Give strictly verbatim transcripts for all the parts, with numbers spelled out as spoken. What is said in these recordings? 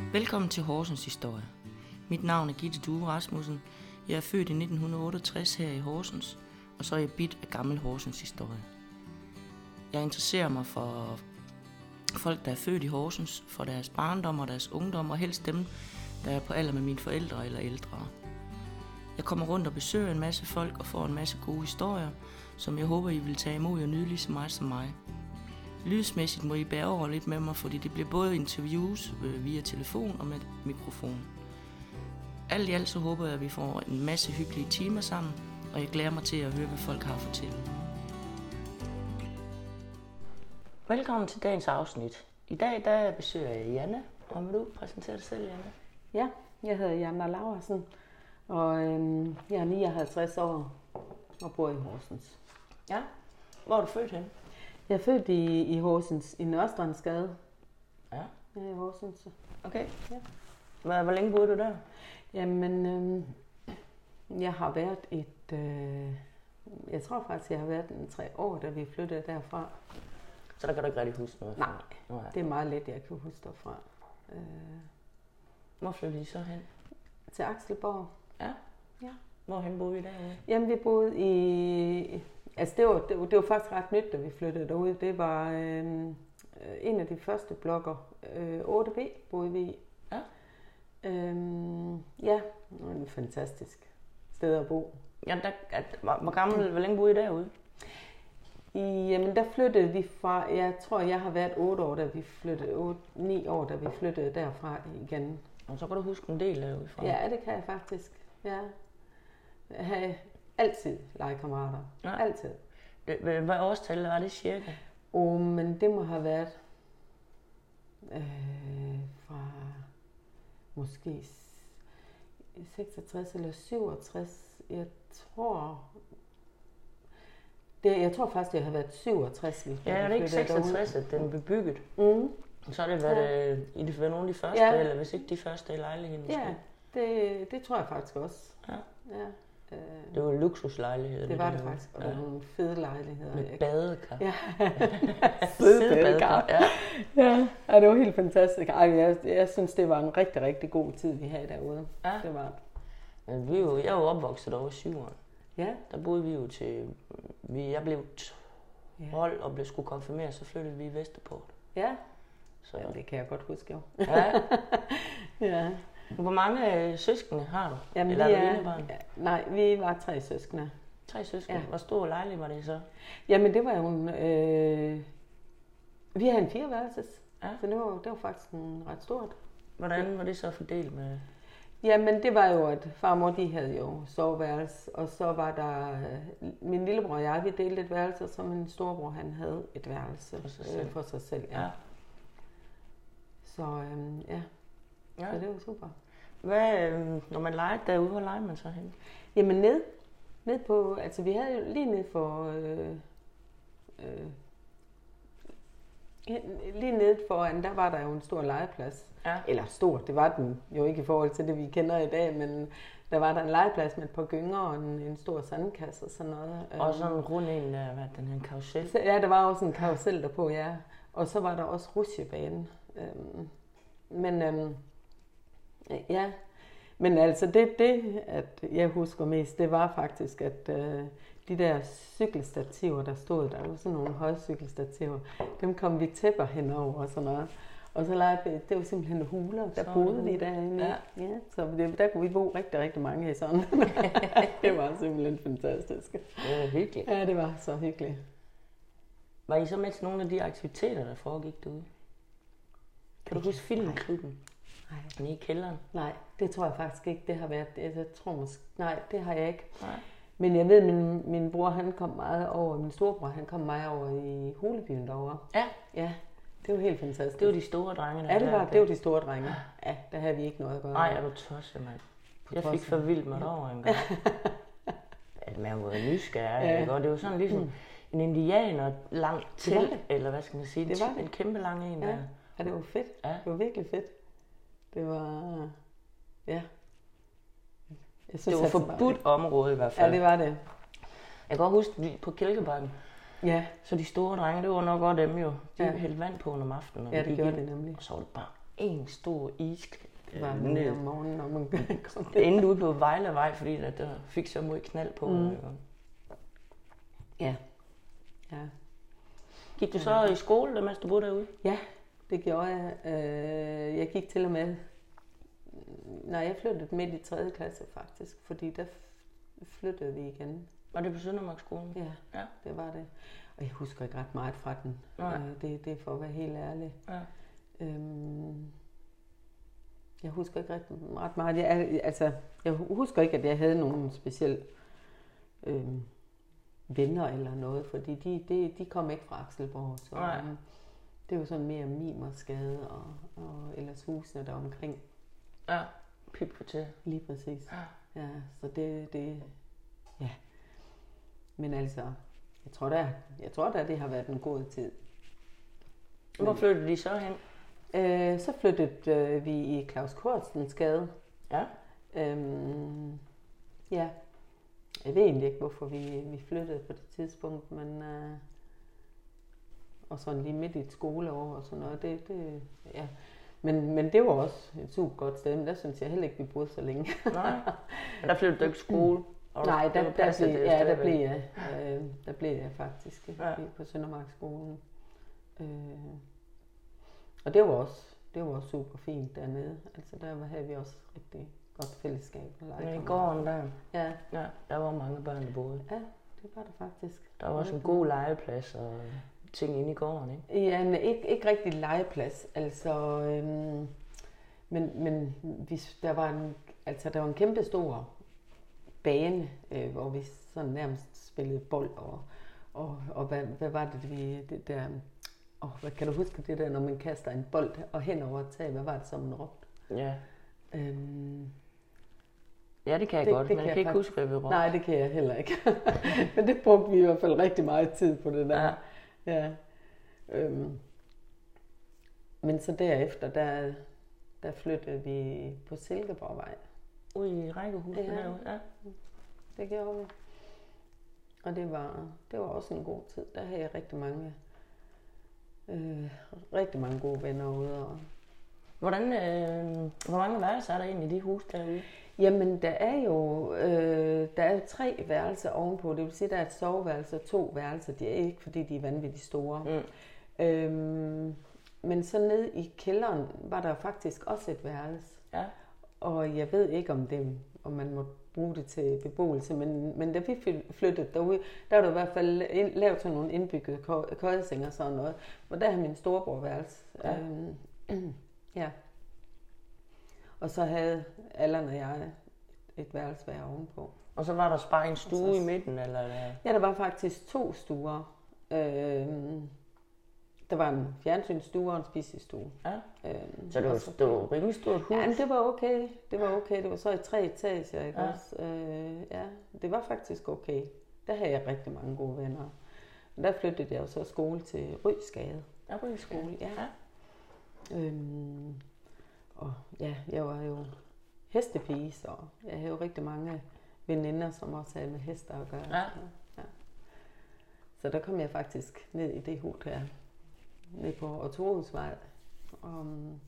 Velkommen til Horsens Historie. Mit navn er Gitte Due Rasmussen. Jeg er født i nitten otteogtres her i Horsens, og så er jeg bit af gammel Horsens historie. Jeg interesserer mig for folk, der er født i Horsens, for deres barndom og deres ungdom, og helst dem, der er på alder med mine forældre eller ældre. Jeg kommer rundt og besøger en masse folk og får en masse gode historier, som jeg håber, I vil tage imod og nyde lige så meget som mig. Lydsmæssigt må I bære over lidt med mig, fordi det bliver både interviews via telefon og med mikrofon. Alt i alt så håber jeg, at vi får en masse hyggelige timer sammen, og jeg glæder mig til at høre, hvad folk har at fortælle. Velkommen til dagens afsnit. I dag der besøger jeg Janne, og vil du præsentere dig selv, Janne? Ja, jeg hedder Janne Laursen, og øhm, jeg er nioghalvtreds år og bor i Horsens. Ja, hvor er du født hen? Jeg er født i, i Horsens, i Nørrestrandsgade. Ja. Ja, i Horsens. Okay. Ja. Hvor, hvor længe boede du der? Jamen, øhm, jeg har været et, øh, jeg tror faktisk, jeg har været en tre år, da vi flyttede derfra. Så der kan du ikke rigtig huske noget? Nej, Nej. det er meget lidt, jeg kan huske derfra. Øh, Hvor flyttede I så hen? til Akselborg. Ja. Ja. Hvorhen boede I derude? Jamen, vi boede i... Altså, det var, det var, det var faktisk ret nyt, da vi flyttede derude. Det var øh, en af de første blokker. Øh, otte B boede vi i. Ja. Øh, ja, det var en fantastisk sted at bo. Ja, der, at, hvor, hvor gammel, hvor længe boede I derude? I, jamen, der flyttede vi fra... Jeg tror, jeg har været otte år, da vi flyttede... otte, ni år, da vi flyttede derfra igen. Og så kan du huske en del derude fra? Ja, det kan jeg faktisk. Ja. Jeg har altid legekammerater. Ja. Altid. Det, hvad årstal var det cirka? Oh, men det må have været øh, fra måske seksogtres eller syvogtres. Jeg tror, det, jeg tror faktisk, det har været syvogtres. Ja, er det ikke seksogtres, at den blev bygget? Mm. Så har det været, øh, i det været nogle af de første, Ja. eller hvis ikke de første i lejligheden måske? Ja, det, det tror jeg faktisk også. Ja. Ja. Øh, Det var luksuslejligheder. det var det derude. faktisk, og Ja. det var nogle fede lejligheder. Med badekar. Ja, Fede badekar. Ja. ja. Ja, det var helt fantastisk. Ej, jeg, jeg synes, det var en rigtig, rigtig god tid, vi havde derude. Ja. Det var. Men vi jo, jeg var opvokset over i syveren. Ja. Der boede vi jo til... Vi, jeg blev Ja. tolv og blev skulle konfirmere, så flyttede vi i Vesterport. Ja. Så, Jamen, det kan jeg godt huske, jo. ja. Ja. Hvor mange øh, søskende har du? Jamen, Eller vi er du er, enebarn? ja, nej, vi var tre søskende. Tre søskende. Ja. Hvor stor lejlighed var det så? Jamen, det var jo en... Øh, vi havde en fireværelses, Ja. så det var, det var faktisk en ret stort. Hvordan var det så fordelt med... Jamen, det var jo, at far og mor, de havde jo soveværelse, og så var der... Øh, min lillebror og jeg, vi delte et værelse, og så min storebror, han havde et værelse For sig selv. øh, for sig selv. Ja. Ja. Så øh, ja. Ja. Så det var super. Hvad, øh, når man legede derude, hvor legede man så hen? Jamen ned, ned på, altså vi havde jo lige ned for, øh, øh, lige ned foran, der var der jo en stor legeplads. Ja. Eller stor, det var den jo ikke i forhold til det, vi kender i dag, men der var der en legeplads med et par gynger og en, en stor sandkasse og sådan noget. Og sådan en rund en, der hvad den her en karusel. Så, ja, der var også en karusel derpå, ja. Og så var der også rutsjebane. Øhm, men øhm, ja, men altså det, det, at jeg husker mest, det var faktisk, at øh, de der cykelstativer, der stod der, var sådan nogle højcykelstativer, dem kom vi tæpper henover og sådan noget. Og så legede vi, det var simpelthen huler, der Så boede vi derinde. Ja. Ja, så det, der kunne vi bo rigtig, rigtig mange i sådan. Det var simpelthen fantastisk. Det var hyggeligt. Ja, det var så hyggeligt. Var I så med til nogle af de aktiviteter, der foregik derude? Kan du huske filmklubben? Nej. Nede i kælderen? Nej, det tror jeg faktisk ikke, det har været. Jeg tror måske, nej, det har jeg ikke. Nej. Men jeg ved, min, min bror, han kom meget over, min storebror, han kom meget over i Hulebyen derovre. Ja. Ja, det var helt fantastisk. Det var de store drenge, der Ja, det var, der. det var de store drenge. Ja, der havde vi ikke noget at gøre. Nej, er du tosset, mand. Jeg fik for vildt mig derovre en gang. At man var nysgerrig, Ja. ikke? Og det var sådan ligesom mm. en indianer lang til, det. eller hvad skal man sige, Det var det. en kæmpe lang en. Ja. Der. Ja, det var fedt. Ja. Det var virkelig fedt. Det var, ja. Jeg synes, Det var altså, forbudt område i hvert fald. Ja, det var det. Jeg kan godt huske, vi på Kælkebakken, Ja, så de store drenge, det var nok også dem jo. De Ja. hældte vand på om aftenen. når ja vi det gik gjorde ind. det nemlig. Og så var det bare en stor is. Det var øh, ned om morgenen, når man kom Det endte ude på Vejlevej, fordi der, der fik så mod knald på. Mm. Ikke? Ja. Ja. Gik du så i skole, mens du boede derude? Ja, det gjorde jeg. Øh, jeg gik til og med... Nej, jeg flyttede midt i tredje klasse faktisk, fordi der flyttede vi igen. Var det på Søndermarksskolen? Ja, Ja. det var det. Og jeg husker ikke ret meget fra den. Nej. Øh, det, det er for at være helt ærlig. Ja. Øhm, jeg husker ikke ret, ret meget. Jeg, altså, jeg husker ikke, at jeg havde nogen speciel øhm, venner eller noget, fordi de, de, de kom ikke fra Akselborg. Så, Nej. øhm, det var sådan mere Mimersgade og, og ellers husene der omkring. Ja, Pipkvarter. Lige præcis. Ja. Ja, så det, det, ja. Men altså, jeg tror da, jeg tror da, det har været en god tid. Hvor flyttede de så hen? Øh, så flyttede øh, vi i Claus Kortsens gade. Ja. Øhm, ja. Jeg ved egentlig ikke, hvorfor vi, vi flyttede på det tidspunkt, men øh, og sådan lige midt i et skoleår og sådan noget, det, det ja. Men, men det var også et super godt sted, men der synes jeg heller ikke, vi boede så længe. Nej, men der flyttede du ikke skole? Nej, der, der, der, blev, det ja, der blev jeg. Øh, der blev jeg faktisk ja. på Søndermarksskolen. Øh, og det var også, det var også super fint dernede. Altså der havde vi også rigtig godt fællesskab. Men i gården der, ja. Ja, der var mange børn, der boede. Ja, det var der faktisk. Der var også en god legeplads og ting inde i gården, ikke? Ja, men ikke, ikke rigtig legeplads. Altså, øhm, men, men vi, der var en, altså der var en kæmpe stor bane, øh, hvor vi sådan nærmest spillede bold og, og, og hvad, hvad var det, vi, det der, oh, hvad kan du huske det der, når man kaster en bold og hen over et tag, hvad var det, som man råbte? Ja. Øhm, Ja, det kan jeg det, godt, det men kan jeg kan ikke faktisk huske, hvad vi råbte. Nej, det kan jeg heller ikke. Men det brugte vi i hvert fald rigtig meget tid på det der. Ja. Ja. Øhm. Men så derefter, der, der flyttede vi på Silkeborgvej. Ude i rækkehuset Ja. derude, ja. Det gjorde vi. Og det var, det var også en god tid. Der havde jeg rigtig mange, øh, rigtig mange gode venner ude. Og Hvordan, øh, hvor mange værelser er der egentlig i de hus derude? Jamen, der er jo øh, der er tre værelser ovenpå. Det vil sige, der er et soveværelse og to værelser. Det er ikke, fordi de er vanvittigt store. Mm. Øhm, men så ned i kælderen var der faktisk også et værelse. Ja. Og jeg ved ikke, om, det, om man må bruge det til beboelse, men, men da vi flyttede derude, der var der i hvert fald ind, lavet sådan nogle indbyggede køjeseng og sådan noget. Og der havde min storebror værelse. Ja. Øhm, ja. Og så havde Allan og jeg et værelse hver ovenpå. Og så var der bare en stue så, i midten, eller? Ja, der var faktisk to stuer. Øhm, der var en fjernsynsstue og en spisestue. Ja. Øhm, Så det var, det var rimelig stort hus? Ja, men det var okay. Det var okay. Det var så i tre etager, ikke Ja. også? Øh, ja, det var faktisk okay. Der havde jeg rigtig mange gode venner. Men der flyttede jeg jo så skole til Rysgade. Ja, Rysskole, ja. ja. Øhm, og ja, jeg var jo hestepige, så jeg havde jo rigtig mange veninder, som også havde med hester at gøre. Ja. Så, ja. Så der kom jeg faktisk ned i det hus her, ned på Otterudesvej. Um,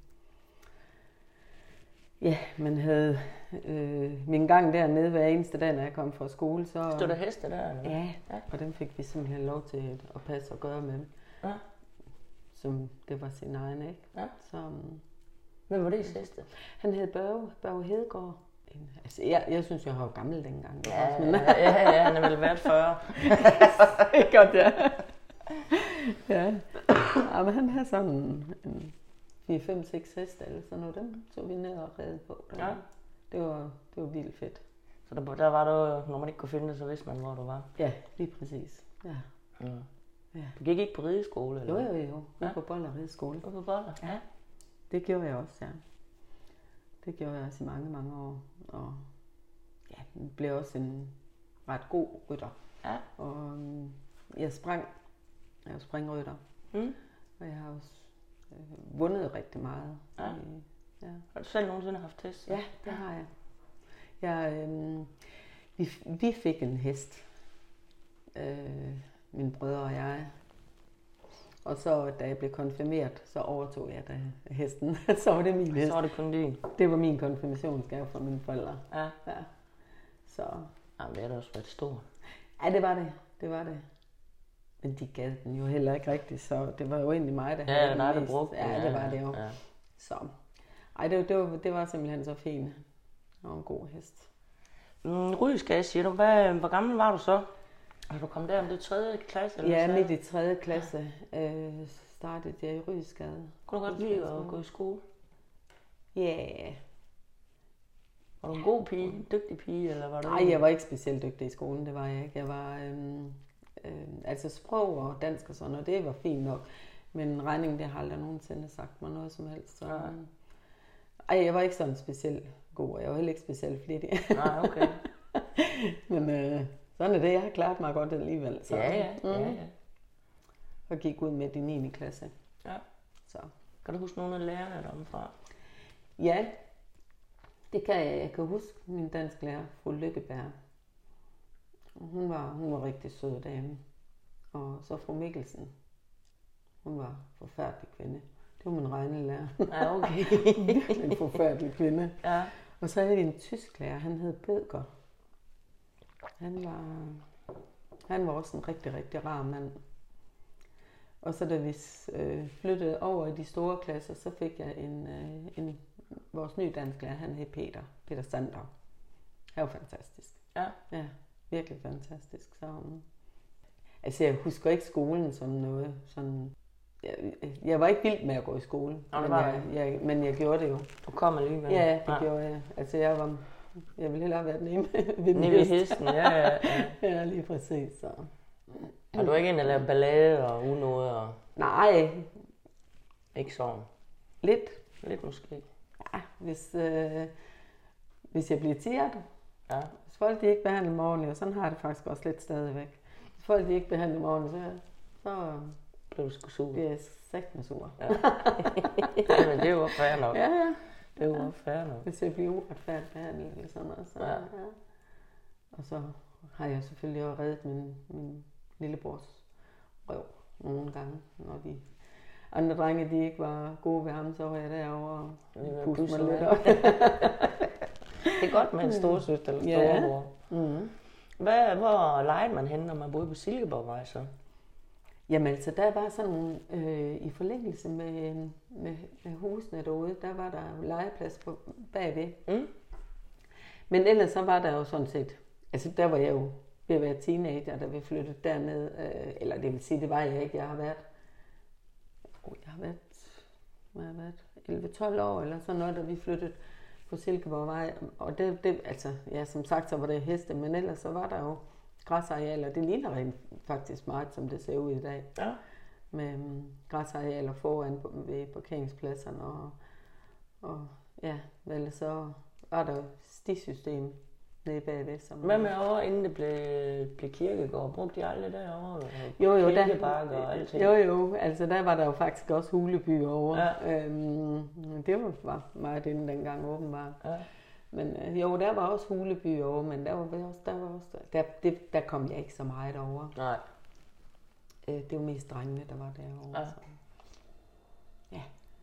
ja, man havde øh, min gang dernede hver eneste dag, når jeg kom fra skole. Så, Stod der heste der? Eller? Ja, ja, og dem fik vi simpelthen lov til at passe og gøre med dem. Ja. Som det var sin egen, ikke? Ja. Så, um, Hvem var det i heste? han hed Børge, Børge Hedegaard. Altså, jeg, jeg synes, jeg var gammel dengang. Ja, også, men... ja, ja, ja, han er vel været fyrre. Det er godt, ja. Ja. Ja, men han havde sådan en fire, fem, seks heste, eller sådan noget. Dem tog vi ned og redde på. Ja. Det var, det var vildt fedt. Så der, der var der, når man ikke kunne finde det, så vidste man, hvor du var. Ja, lige præcis. Ja. Ja. Ja. Du gik ikke på rideskole? Eller? Jo, jo, jo. Vi Ja. på Boller Rideskole. Du på Boller? Ja. Det gjorde jeg også, ja. Det gjorde jeg også i mange, mange år. Og ja, jeg blev også en ret god rytter. Ja. Og um, jeg sprang. Jeg er jo springrytter. Mm. Og jeg har også øh, vundet rigtig meget. Ja. I, ja. Har du selv nogensinde haft hest? Ja, det har jeg. jeg øh, vi, vi fik en hest. Øh, mine brødre og jeg. Og så da jeg blev konfirmeret, så overtog jeg da hesten. Så var det min hest. Så var det kun din. Det var min konfirmationsgave fra mine forældre. Ja. Ja. Så. Jamen, det har da også været stor. Ja, det var det. Det var det. Men de gav den jo heller ikke rigtigt, så det var jo egentlig mig, der ja, havde den den mest. mest. Brugt. Ja, ja, det var det jo. Ja. Så. Ej, det, det, var, det var simpelthen så fint. Det var en god hest. Mm, Rydskade, siger du. Hvad, hvor gammel var du så? Har du kommet der om det tredje klasse? Eller Ja, så? midt i tredje klasse øh, startede jeg i Rydskade. Kunne du godt lide at gå i skole? Ja. Yeah. Var du en god pige? En dygtig pige? Eller var du Nej, jeg var ikke specielt dygtig i skolen, det var jeg ikke. Jeg var, øhm, øhm, altså sprog og dansk og sådan noget, det var fint nok. Men regningen, det har aldrig nogensinde sagt mig noget som helst. Så, Nej. Ej, jeg var ikke sådan specielt god, og jeg var heller ikke specielt flittig. Nej, okay. Men øh, sådan er det, jeg har klaret mig godt alligevel. Så. Ja, ja, mm. ja, ja. Og gik ud med i niende klasse. Ja. Så. Kan du huske nogle af lærerne derom fra? Ja, det kan jeg. Jeg kan huske min dansklærer, fru Lykkeberg. Hun var, hun var rigtig sød dame. Og så fru Mikkelsen. Hun var forfærdelig kvinde. Det var min regnelærer. Ja, okay. En forfærdelig kvinde. Ja. Og så havde vi en tysklærer, han hed Bødker. Han var, han var også en rigtig, rigtig rar mand. Og så da vi øh, flyttede over i de store klasser, så fik jeg en, øh, en vores nye dansklærer, han hed Peter, Peter Sander. Han var fantastisk. Ja. Ja, virkelig fantastisk. Så, um, altså jeg husker ikke skolen som noget sådan. Jeg, jeg var ikke vild med at gå i skole, Nå, men, var jeg, jeg, men jeg gjorde det jo. Du kom alligevel? Ja, det ja. gjorde jeg. Altså jeg var, jeg ville hellere være nede ved Nede ved hesten, ja, ja, ja. Ja, lige præcis. Så. Og du er ikke en, der laver ballade og unåde og... Nej. Ikke sådan? Lidt. Lidt måske. Ja, hvis, øh, hvis jeg bliver tiret. Ja. Hvis folk de ikke behandler mig ordentligt, og sådan har jeg det faktisk også lidt stadigvæk. Hvis folk de ikke behandler mig ordentligt, så, så bliver du sgu sur. bliver jeg sagt med sur. Ja. Ja, men det er jo fair nok. Ja, ja. Det er jo fair nok. Hvis jeg bliver uretfærdigt behandlet eller sådan noget. Så, Ja. ja. Og så har jeg selvfølgelig også reddet min, min lillebrors røv nogle gange, når de andre drenge de ikke var gode ved ham, så var jeg derovre og puste mig lidt op. Det er godt med en storesøster eller storebror. Ja. Mm-hmm. Hvad, hvor legede man henne, når man boede på Silkeborgvej så? Jamen altså, der var sådan øh, i forlængelse med, med, med husene derude, der var der legeplads på bagved. Mm. Men ellers så var der jo sådan set, altså der var jeg jo ved at være teenager, da vi flyttede derned, øh, eller det vil sige, det var jeg ikke, jeg har været, oh, jeg har været, jeg har været elleve tolv år eller sådan noget, da vi flyttede på Silkeborgvej, og det, det, altså, ja, som sagt, så var det heste, men ellers så var der jo græsarealer, det ligner rent faktisk meget, som det ser ud i dag. Ja. Med um, græsarealer foran på, ved parkeringspladserne, og, og ja, vel så var der jo stisystem nede bagved. Som Hvad med over, inden det blev, blev kirkegård? Brugte de aldrig derovre? Jo, jo, Kirkebakker og alting? Jo, jo, altså der var der jo faktisk også huleby over. Ja. Øhm, det var, var meget inden dengang åbenbart. Ja. Men øh, jo, der var også huleby over, men der var også, der var også, der, det, der kom jeg ikke så meget over. Nej. Øh, det var mest drengene, der var derovre. Ja. Så. Ja.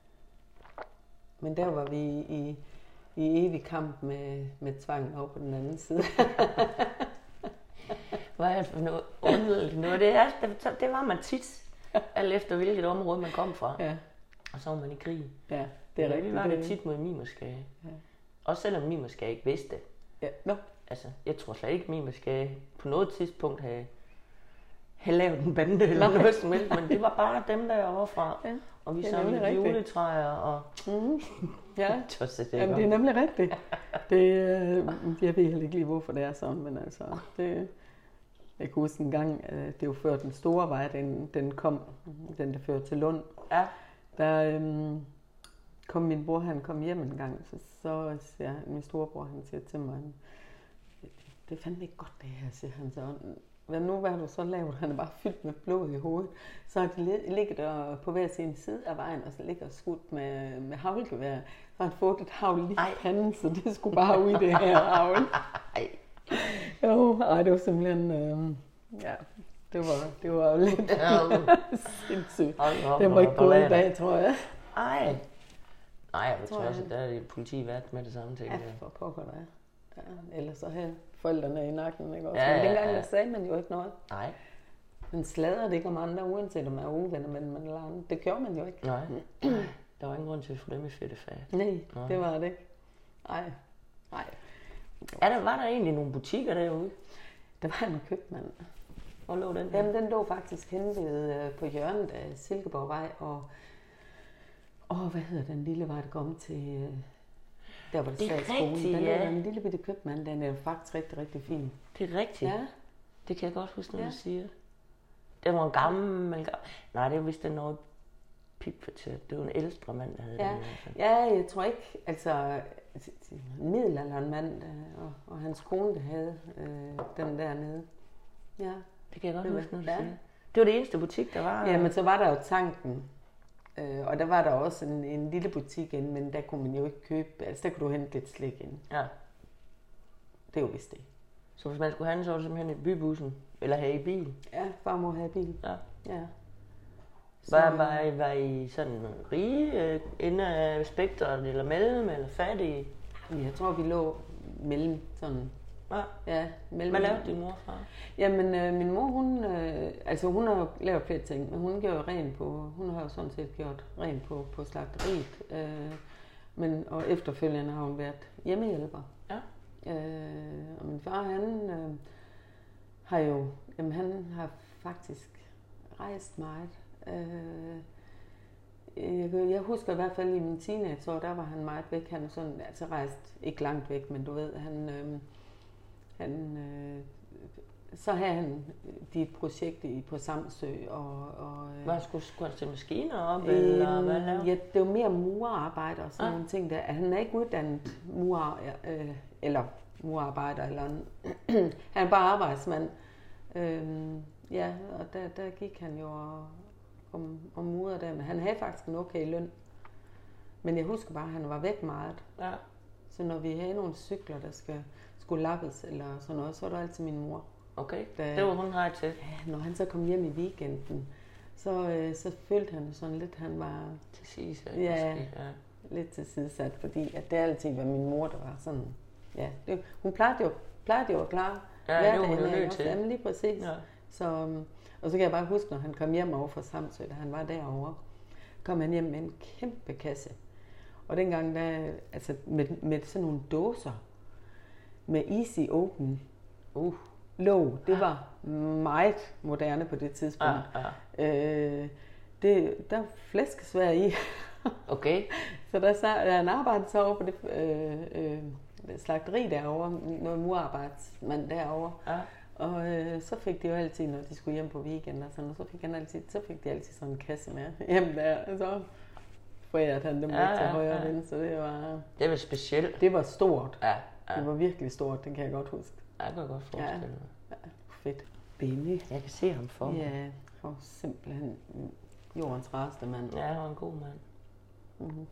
Men der var vi i, i evig kamp med, med tvangen over på den anden side. Hvad er det for noget underligt noget? Det, er, det, det var man tit, alt efter hvilket område man kom fra. Ja. Og så var man i krig. Ja, det er ja, rigtigt. Vi var det tit mod Mimerskage. Ja. Også selvom Mimerskage ikke vidste det. Ja, no. Altså, jeg tror slet ikke, Mimerskage på noget tidspunkt havde, havde lavet en bande eller noget som helst, men det var bare dem der overfra. Ja, og vi samlede juletræer og... Mm. Ja, det, jamen, det er nemlig rigtigt. Det, jeg ved heller ikke lige, hvorfor det er sådan, men altså... Det, jeg kan huske en gang, det var før den store vej, den, den kom, den der førte til Lund. Ja. Der øhm, kom min bror, han kom hjem en gang, så, så siger min storebror, han siger til mig, det er fandme ikke godt det her, siger han så. Hvad nu, hvad har du så lavet? Han er bare fyldt med blod i hovedet. Så har de ligget der på hver sin side af vejen, og så ligger skudt med, med havlgevær. Så har han fået et havl lige i panden, så det skulle bare ud i det her havl. Jo, ej, det var simpelthen, øh, ja, det var, det var jo lidt sindssygt. Hold Det var ikke gået i dag, tror jeg. Ej. Nej, jeg tror jeg. også, at der er et politi været med det samme ting. Ja, for pokker der. Ja, ellers så havde forældrene i nakken, ikke også? Ja, Men ja, dengang, ja. der sagde man jo ikke noget. Nej. Man sladrede det ikke om andre, uanset om man er uvenner med dem eller andet. Det gjorde man jo ikke. Nej. Der var ingen grund til at få dem i fedtefag. Nej, Nej, det var det ikke. Nej. Nej. Er der, var der egentlig nogle butikker derude? Der var en købmand. Hvor lå den? Jamen, den lå faktisk henne ved, på hjørnet af Silkeborgvej og... Åh, hvad hedder den lille vej, der kom til... Der var det, det er statsskolen. rigtigt, den ja. Der en lille bitte købmand, den er faktisk rigtig, rigtig fin. Det er rigtigt. Ja. Det kan jeg godt huske, når ja. du siger. Det var en gammel... gammel. Nej, det var vist den noget pigkvarteret. Det var en ældre mand, der havde ja. den i hvert fald. Ja, jeg tror ikke... Altså, en middelalderen mand, og, og hans kone, der havde øh, den dernede. Ja. Det kan jeg godt det huske, når du ja. siger. Det var det eneste butik, der var. Ja, men så var der jo Tanken. Øh, og der var der også en, en lille butik inde, men der kunne man jo ikke købe, altså der kunne du hente lidt slik ind. Ja. Det er jo vist det. Så hvis man skulle handle, så var det simpelthen i bybussen, eller have i bil? Ja, far må have bil. Ja. Ja. Så, var, var, I, var I sådan rige, øh, inde af spektret, eller mellem, eller fattige? Jeg tror, vi lå mellem sådan... Ja. Ja, mellem... Hvad lavede din mor og far? Jamen, øh, min mor, hun... Øh, altså, hun har jo lavet flere ting, men hun gjorde jo rent på... Hun har jo sådan set gjort rent på, på slagteriet. Øh, men, og efterfølgende har hun været hjemmehjælper. Ja. Øh, og min far, han øh, har jo... Jamen, han har faktisk rejst meget. Øh, jeg, jeg husker i hvert fald i min teenageår, der var han meget væk. Han er sådan, altså rejst ikke langt væk, men du ved, han... Øh, Han, øh, så havde han dit projekt i, på Samsø. Og, og, øh, hvad skulle, skulle han til maskiner op, øh, eller hvad lavede? Ja, det var mere murarbejder og sådan ah. nogle ting der. Han er ikke uddannet murer, øh, eller murarbejder, eller han er bare arbejdsmand. Øh, ja, og der, der gik han jo og, om, om murer der, men han havde faktisk en okay løn. Men jeg husker bare, at han var væk meget. Ja. Så når vi havde nogle cykler, der skal, skulle lappes eller sådan noget, så var det altid min mor. Okay, der, det var hun rej til. Ja, når han så kom hjem i weekenden, så, øh, så følte han sådan lidt, han var... Til sidesat, ja, måske. Ja, lidt til sidesat, fordi at det altid var min mor, der var sådan... Ja, det, hun plejede jo, plejede jo at klare ja, det var hun jo nødt til. Jamen lige præcis. Ja. Så, og så kan jeg bare huske, når han kom hjem over fra Samsø, da han var derovre, kom han hjem med en kæmpe kasse. Og dengang, der, altså med, med sådan nogle dåser, med easy open uh, låg, det var meget moderne på det tidspunkt. Ja, ja. Øh, det, der var flæskesvær i. Okay. Så der, så, der en arbejde så over på det øh, øh, slagteri derovre, noget murarbejdsmand derovre. Ja. Og øh, så fik de jo altid, når de skulle hjem på weekend og sådan, og så fik, han altid, så fik de altid sådan en kasse med hjem der, og så forærede han dem ja, lidt til højre og ja. Så det var... Det var specielt. Det var stort. Ja, ja. Det var virkelig stort, det kan jeg godt huske. Ja, det kan jeg godt forestille mig. Ja, ja, fedt. Benny. Jeg kan se ham for mig. Ja, han var simpelthen jordens rareste mand. Ja, han var en god mand. Mm-hmm.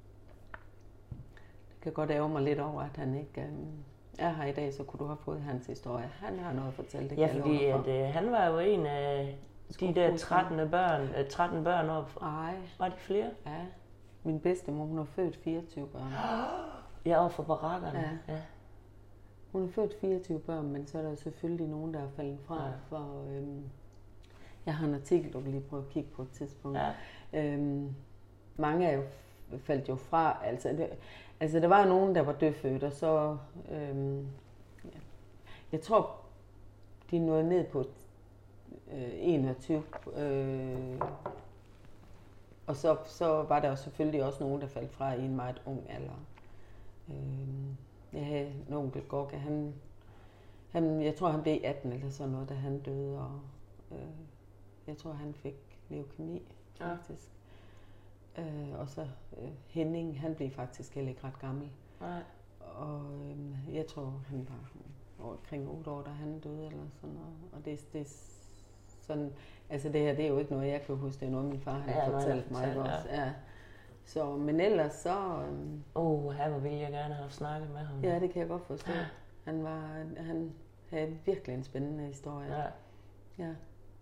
Det kan godt ærge mig lidt over, at han ikke um, er her i dag, så kunne du have fået hans historie. Han har noget at fortælle. Det ja, fordi at, øh, han var jo en af de der tretten børn, øh, tretten børn op. Nej. Var de flere? Ja. Min bedstemor, hun har født fireogtyve børn. Ja, over for barakkerne. Ja. Ja. Hun har født fireogtyve børn, men så er der selvfølgelig nogen, der er faldet fra. Ja. For, øhm, jeg har en artikel, du kan lige prøve at kigge på et tidspunkt. Ja. Øhm, mange er jo faldt jo fra. Altså, det, altså der var nogen, der var dødfødt, og så... Øhm, ja. Jeg tror, de nåede ned på øh, enogtyve. Øh, og så, så var der jo selvfølgelig også nogen, der faldt fra i en meget ung alder. Øh, jeg havde en onkel Gorka, han, han, jeg tror han blev atten eller sådan noget, da han døde, og øh, jeg tror han fik leukemi faktisk. Ja. Øh, og så øh, Henning, han blev faktisk heller ikke ret gammel. Nej. Og øh, jeg tror han var omkring otte år, da han døde eller sådan noget. Og det, det sådan, altså det her, det er jo ikke noget, jeg kan huske, det er noget, min far har ja, fortalt mig ja. Også. Ja. Så, men ellers så... Åh, øhm, oh, her ville jeg gerne have snakket med ham. Ja, det kan jeg godt forstå. Han, var, han havde virkelig en spændende historie. Ja. Ja.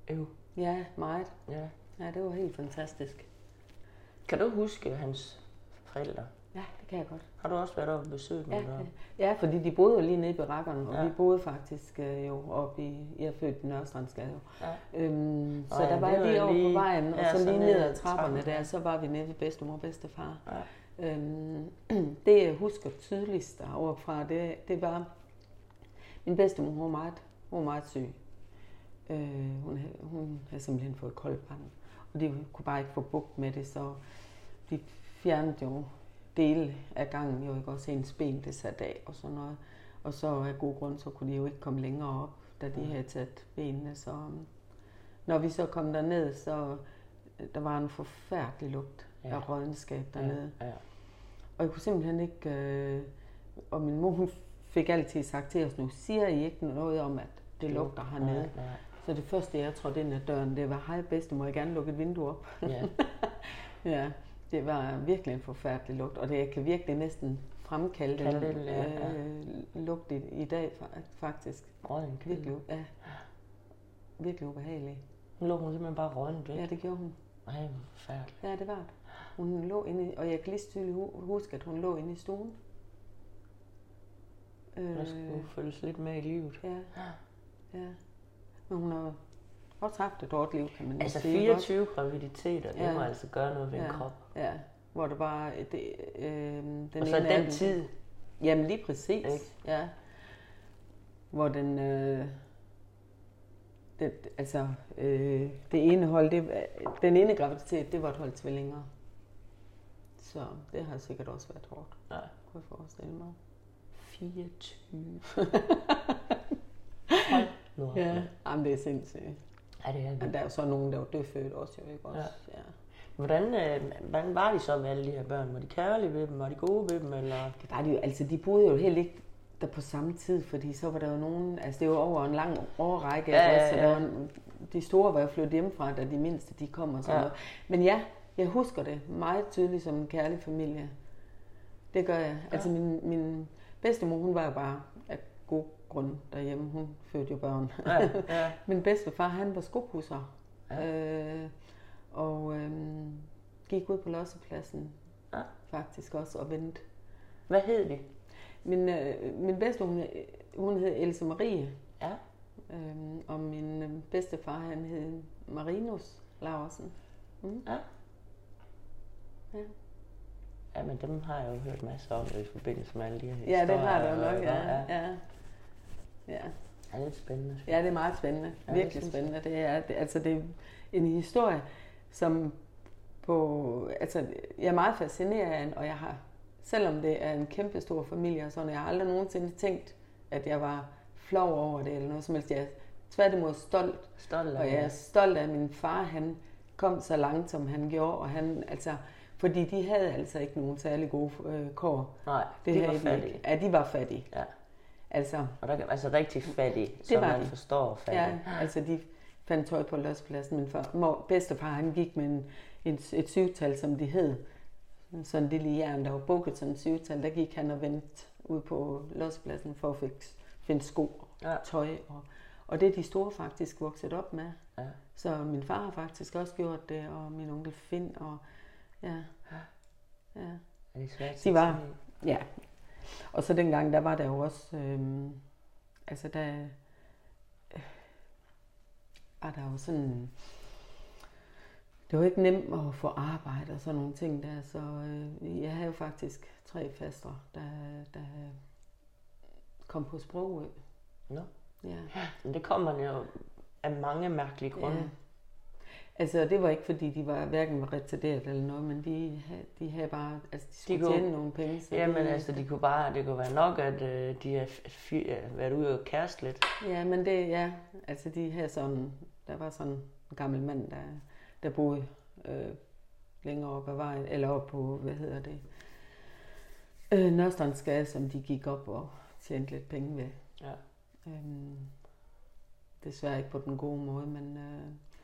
Jo. Ja, meget. Ja. Ja, det var helt fantastisk. Kan du huske hans forældre? Ja, det kan jeg godt. Har du også været oppe og besøgt Ja, dem? Der? ja, fordi de boede jo lige nede i barakkerne, og Ja. vi boede faktisk øh, jo oppe i, jeg er født i Nørrestrandsgade. Ja. Øhm, så Ej, der var det jeg var lige over lige- på vejen, og ja, så så lige ned ned ad ad trapperne trappen, ja. der, så var vi nede ved bedstemor og bedstefar. Ja. Øhm, det jeg husker tydeligst derovre fra, det, det var, min bedstemor, hun var meget, hun var meget syg. Øh, hun, havde, hun havde simpelthen fået koldbrand, og de kunne bare ikke få bugt med det, så de fjernede jo dele af gangen, jo ikke også hendes ben, det satte af og sådan noget. Og så af god grund, så kunne de jo ikke komme længere op, da de havde taget benene. Så når vi så kom derned, så der var en forfærdelig lugt Ja. af rådenskab dernede. Ja. Ja. Og jeg kunne simpelthen ikke, øh, og min mor hun fik altid sagt til os, nu siger I ikke noget om, at det lugter hernede. Nej, nej. Så det første, jeg trådte ind ad døren, det var, hej bedste, må jeg gerne lukke et vindue op? Ja. Ja, det var virkelig en forfærdelig lugt, og det kan virkelig næsten fremkalde den Kalde det, ja, ja. øh, lugt i, i dag, fa- faktisk. Rådden kød. Virkelig, ja, virkelig ubehagelig. Nu lå hun simpelthen bare rådden væk. Ja, det gjorde hun. Ej, hvor forfærdeligt. Ja, det var det. Hun lå inde i, og jeg kan lige så tydeligt hu- huske, at hun lå inde i stuen. Øh, Der skulle følges lidt med i livet. ja, ja. Men hun har også haft et hårdt liv, kan man Altså sige. fireogtyve graviditeter, det Ja. må altså gøre noget ved ja, en krop. Ja, hvor det bare... Det, øh, den Og så ene af den dem- tid. Jamen lige præcis, Ikke? ja. Hvor den, øh, det, altså, øh, det ene hold, det, den ene graviditet, det var et hold tvillinger. Så det har sikkert også været hårdt, Nej. kunne jeg forestille mig. fireogtyve. Hold nu op. Ja, jamen det er sindssygt. Ja, det er Men det. der er jo så nogen, der var dødfødt også, jo ikke også? Ja. Ja. Hvordan, øh, hvordan var de så med alle de her børn? Var de kærlige ved dem? Var de gode ved dem? Eller? Det var de jo, altså de boede jo helt ikke der på samme tid, fordi så var der jo nogen, altså det var over en lang årrække, Ja, ikke ja, også? Så ja. der var en, de store var jo flyttet hjemmefra, da de mindste de kom og sådan Ja. noget. Men ja, jeg husker det meget tydeligt som en kærlig familie. Det gør jeg. Ja. Altså min, min bedstemor, hun var jo bare af god grund derhjemme. Hun fødte jo børn. Ja, ja. Min bedstefar, han var skopudser. Ja. Øh, og øh, gik ud på lossepladsen Ja. faktisk også og ventede. Hvad hed de? Min, øh, min bedste, hun, hun hed Else Marie, Ja. øhm, og min øh, bedstefar, han hed Marinus Laursen. Mm. Ja. Ja. Ja, men dem har jeg jo hørt masser om i forbindelse med alle de her Ja, historier. det har du og- nok, ja. og- Ja, ja. Ja. Ja, det er spændende. Ja, det er meget spændende. Ja, det Virkelig synes spændende. Det er, det, altså, det er en historie, som på... Altså, jeg er meget fascineret af, og jeg har, selvom det er en kæmpe stor familie og sådan, jeg har aldrig nogensinde tænkt, at jeg var flov over det eller noget som helst. Jeg er tværtimod stolt. Stolt af Og jeg er stolt af, at min far, han kom så langt, som han gjorde, og han, altså, fordi de havde altså ikke nogen særlig gode øh, kår. Nej, Det de havde var de fattige. ikke. Ja, de var fattige. Ja. Altså, Og der, altså rigtig fattige, som var man de. forstår fattige. ja, altså de fandt tøj på lossepladsen. Min far, mor, bedstefar, han gik med en, et, et syvtal, som de hed. Sådan en lille jern, der var bukket sådan et syvtal. Der gik han og vendte ud på lossepladsen for at fik, finde sko og Ja. tøj. Og, og det er de store faktisk vokset op med. Ja. Så min far har faktisk også gjort det, og min onkel Finn, og ja, ja, Er det svært de var, ja. Og så dengang, der var der jo også, øhm, altså der øh, var der jo sådan, det var ikke nemt at få arbejde og sådan nogle ting der, så øh, jeg havde jo faktisk tre fastre, der, der kom på Sprogø. Nå. Ja. Men det kommer man jo af mange mærkelige grunde. Ja. Altså, det var ikke, fordi de var hverken var retarderet eller noget, men de havde, de havde bare, altså, de skulle kunne- tjene nogle penge. Så Jamen de, altså, de kunne bare, det kunne være nok, at øh, de har f- f- øh, været ude og kæreste lidt. Ja, men det, ja, altså de havde sådan, der var sådan en gammel mand, der, der boede øh, længere op ad vejen, eller op på, hvad hedder det, øh, Nørrestrandsgade, som de gik op og tjente lidt penge ved. Ja. Øhm, desværre ikke på den gode måde, men, øh,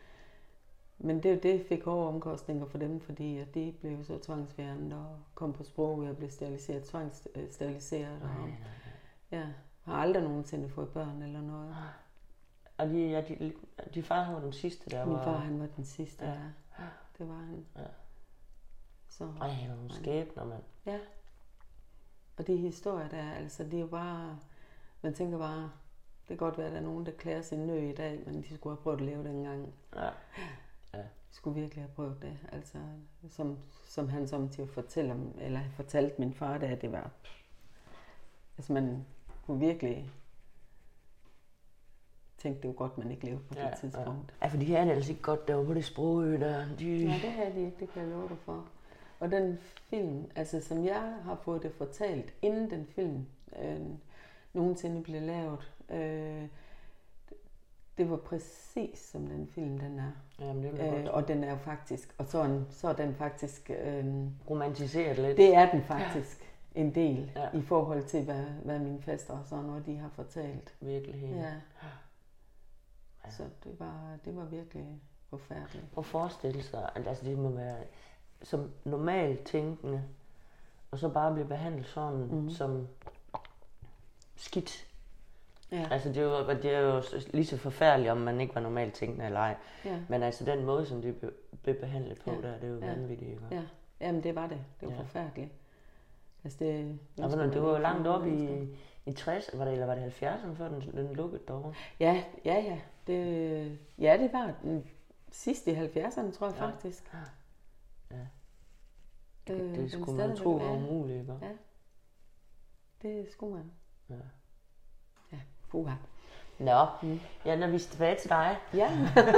men det, det fik hårde omkostninger for dem, fordi at de blev så tvangsfjernet og kom på sprog og blev steriliseret, tvangssteriliseret. Nej, Og, nej, nej. ja, har aldrig nogensinde fået børn eller noget. Og de, ja, de, de far han var den sidste, der Min var... far, han var den sidste, ja. Ja. Det var han. Ja. Så, Ej, han var nogle skæbner, mand. ja. Og de historier der, altså det er jo bare... Man tænker bare, det kan godt være, at der er nogen, der klæder sin nø i dag, men de skulle have prøvet at leve dengang. Ja. Ja. De skulle virkelig have prøvet det. Altså, som, som han samtidig fortæller, eller fortalte min far, det, at det var... Altså man kunne virkelig tænke, det var godt, man ikke levede på det Ja, tidspunkt. ja. Ja, for de havde det altså ikke godt, der var på det sprogø der. De... Nej, det havde de ikke, det kan jeg love dig for. Og den film, altså som jeg har fået det fortalt, inden den film øh, nogensinde blev lavet, øh, det var præcis som den film, den er. Jamen, det er øh, og den er jo faktisk, og så er den, så er den faktisk... Øh, romantiseret lidt. Det er den faktisk. En del ja. I forhold til, hvad, hvad mine faster og sådan noget, de har fortalt. Virkelig. Ja. Ja. Så det var, det var virkelig forfærdeligt. Prøv at forestille sig, at altså, det må være som normalt tænkende, og så bare blive behandlet sådan mm-hmm. som skidt. Ja. Altså det er, jo, det er jo lige så forfærdeligt, om man ikke var normalt tænkende eller ej. Ja. Men altså den måde, som det blev behandlet på, ja. der, det er jo ja. vanvittigt. Ikke? Ja. Jamen det var det. Det var ja. forfærdeligt. Altså det, ja, det, det var jo langt op i, i tres, var det, eller var det halvfjerdserne, før den, den lukkede derovre? Ja, ja, ja. Det, ja, det var den sidste i halvfjerdserne, tror jeg ja. faktisk. Ja. Det, øh, det skulle man tro var umuligt, ikke? Ja, det skulle man. Ja. Ja, puha. Nå, mm. ja, når vi er tilbage til dig. Ja.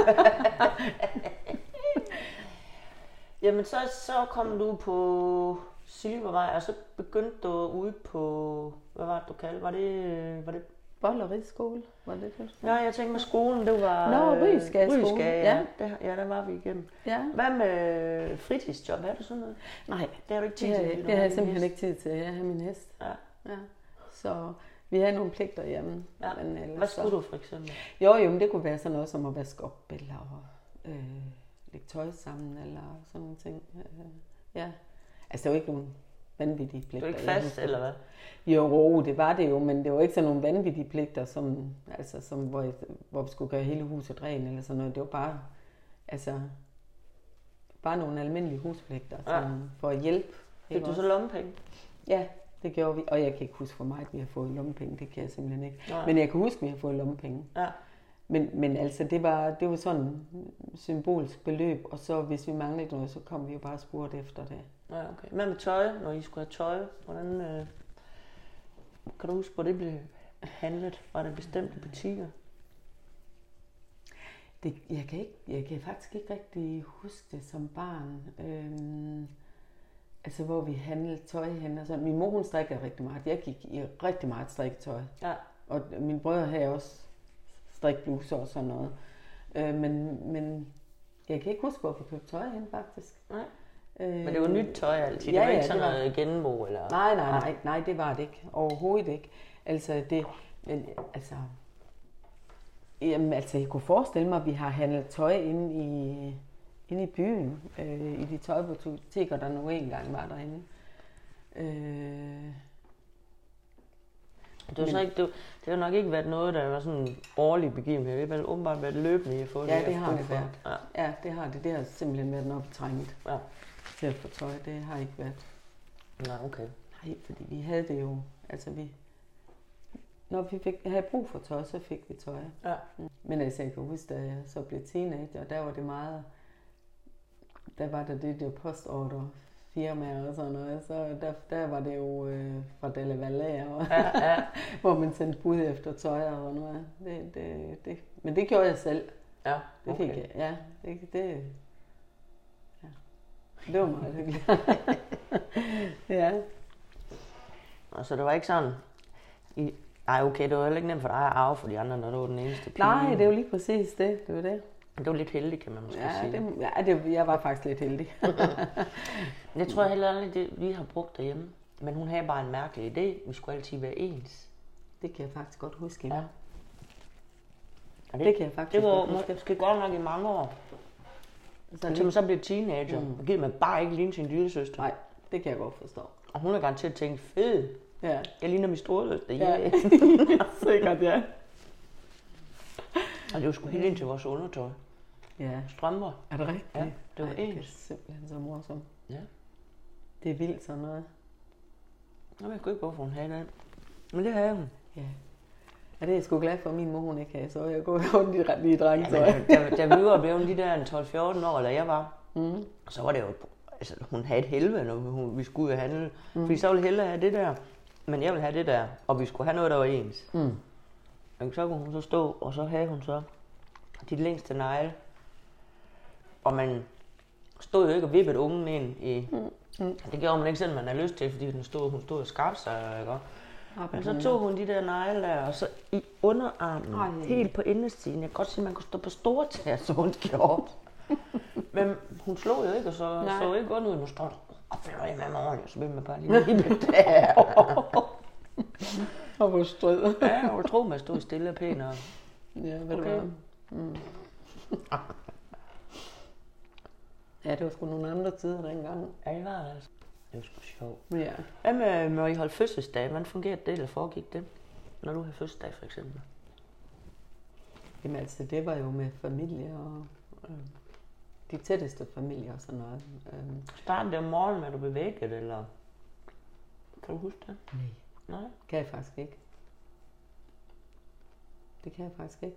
Jamen, så, så kom du på Silvervej, og så begyndte du ude på, hvad var det, du kaldte? Var det, var det Bolleridsskole, var det det? Ja, jeg tænkte med skolen, det var... Nå, Rysgade skole. Rysgade, ja. Ja. Det, ja, der var vi igennem. Ja. Hvad med fritidsjob? Er det sådan noget? Nej, det har du ikke tid det til. Har, det har jeg simpelthen hest. ikke tid til. Jeg har min hest. Ja. Ja. Så vi havde nogle pligter hjemme. Ja. Men ellers, hvad skulle så... du for eksempel? Jo, jo, men det kunne være sådan noget som at vaske op, eller øh, lægge tøj sammen, eller sådan nogle ting. Ja. Altså, det var ikke nogen vanvittige pligter. Du er ikke fast, eller hvad? Jo, det var det jo, men det var ikke sådan nogle vanvittige pligter, som, altså, som, hvor, jeg, hvor vi skulle gøre hele huset ren, eller sådan noget. Det var bare, altså, bare nogle almindelige huspligter, ja. Som, for at hjælpe. Fik du så lommepenge? Ja, det gjorde vi. Og jeg kan ikke huske, hvor meget vi har fået lommepenge. Det kan jeg simpelthen ikke. Ja. Men jeg kan huske, at vi har fået lommepenge. Ja. Men, men altså, det var, det var sådan et symbolsk beløb, og så hvis vi manglede noget, så kom vi jo bare spurgt efter det. Ja, okay. Hvad med tøj, når I skulle have tøj? Hvordan, øh, kan du huske, hvor det blev handlet? Var det bestemte butikker? Det, jeg, kan ikke, jeg kan faktisk ikke rigtig huske det som barn. Øhm, altså, hvor vi handlede tøj hen og sådan. Min mor, hun strikkede rigtig meget. Jeg gik i rigtig meget strikketøj. Ja. Og mine brødre havde også strikbluser og sådan noget. Øh, men, men jeg kan ikke huske, hvor vi købte tøj hen, faktisk. Nej. Men det var nyt tøj altid? Ja, det var ikke ja, sådan var... noget genbrug? Eller? Nej, nej, nej, nej, det var det ikke. Overhovedet ikke. Altså, det, men, altså, jamen, altså, jeg kunne forestille mig, at vi har handlet tøj inde i, inde i byen, øh, i de tøjbutikker, der nu engang var derinde. Øh, det, var så ikke, det, det har nok ikke været noget, der var sådan en årlig begivenhed. Det har vel åbenbart været løbende i at få det. Ja, det har det været. Ja. ja, det har det. Det har simpelthen været noget betrængt. Ja. Til at få tøj, det har ikke været. Nej, okay. Nej, fordi vi havde det jo, altså vi, når vi fik, havde brug for tøj, så fik vi tøj. Ja. Men altså, jeg kan huske, da jeg så blev teenager, der var det meget, der var der det, det postorder firmaer og sådan noget, så der, der var det jo øh, fra Dalle Valle, og ja, ja. hvor man sendte bud efter tøj og sådan noget. Det, det, det, men det gjorde jeg selv. Ja, okay. Det fik jeg, ja. Det, det, ja. det var meget hyggeligt. Ja. Og så det var ikke sådan, I, ej okay, det var heller ikke nemt for dig at arve for de andre, når du var den eneste pige. Nej, det er jo lige præcis det, det var det. Det var lidt heldig, kan man måske ja, sige. Det, ja, det, jeg var faktisk lidt heldig. Det tror jeg heller aldrig, det vi har brugt derhjemme. Men hun havde bare en mærkelig idé. Vi skulle altid være ens. Det kan jeg faktisk godt huske. Ja. Det, det kan jeg faktisk det var godt huske. måske godt nok i mange år. Så til man så blev teenager, mm. og giver man bare ikke ligne sin lille søster. Nej, det kan jeg godt forstå. Og hun er garanteret at tænke, fed. Ja. Jeg ligner min storesøster. Ja, ja. sikkert, ja. Og det var sgu helt ind til vores undertøj. Ja. Strømper. Er det rigtigt? Ja, det var Ej, det er ens. simpelthen så morsomt. Ja. Det er vildt sådan noget. Jeg ved sgu ikke, hvorfor hun havde den. Men det havde hun. Ja. Ja, det er jeg sgu glad for, at min mor hun ikke havde, så jeg går rundt i ret lige drengetøj. Ja, da, da vi var blevet de der tolv fjorten år, eller jeg var, Mm. så var det jo, altså hun havde et helvede, når hun, vi skulle ud og handle. Mm. Fordi så ville hellere have det der, men jeg ville have det der, og vi skulle have noget, der var ens. Mm. Og så kunne hun så stå, og så havde hun så de længste negle. Og man stod jo ikke og vippede ungen ind i... Mm. Mm. Det gjorde man ikke selv, man havde lyst til, fordi hun stod, hun stod og skabte sig, ikke? Ah, Men så tog hun de der negle der, og så i underarmen, Ej. helt på indersiden. Jeg kan godt sige, at man kunne stå på store tæer, så hun gjorde. Men hun slog jo ikke, og så Nej. så ikke godt ud. Nu står der, og fløj med mig ordentligt, så vil man bare lige vippe der. Og hvor strid. Ja, og tro mig, stod stille og pæn. Og... Ja, hvad Okay. det var. Mm. Ja, det var sgu nogle andre tider dengang. Ja, det var det altså. Det var sgu sjovt. Ja. Hvad med, når I holdt fødselsdag? Hvordan fungerede det, eller foregik det? Når du havde fødselsdag, for eksempel. Jamen altså, det var jo med familie og øh, de tætteste familier og sådan noget. Øh, Startede det om morgenen, med at du blev vækket, eller? Kan du huske det? nej, Nej. kan jeg faktisk ikke. Det kan jeg faktisk ikke.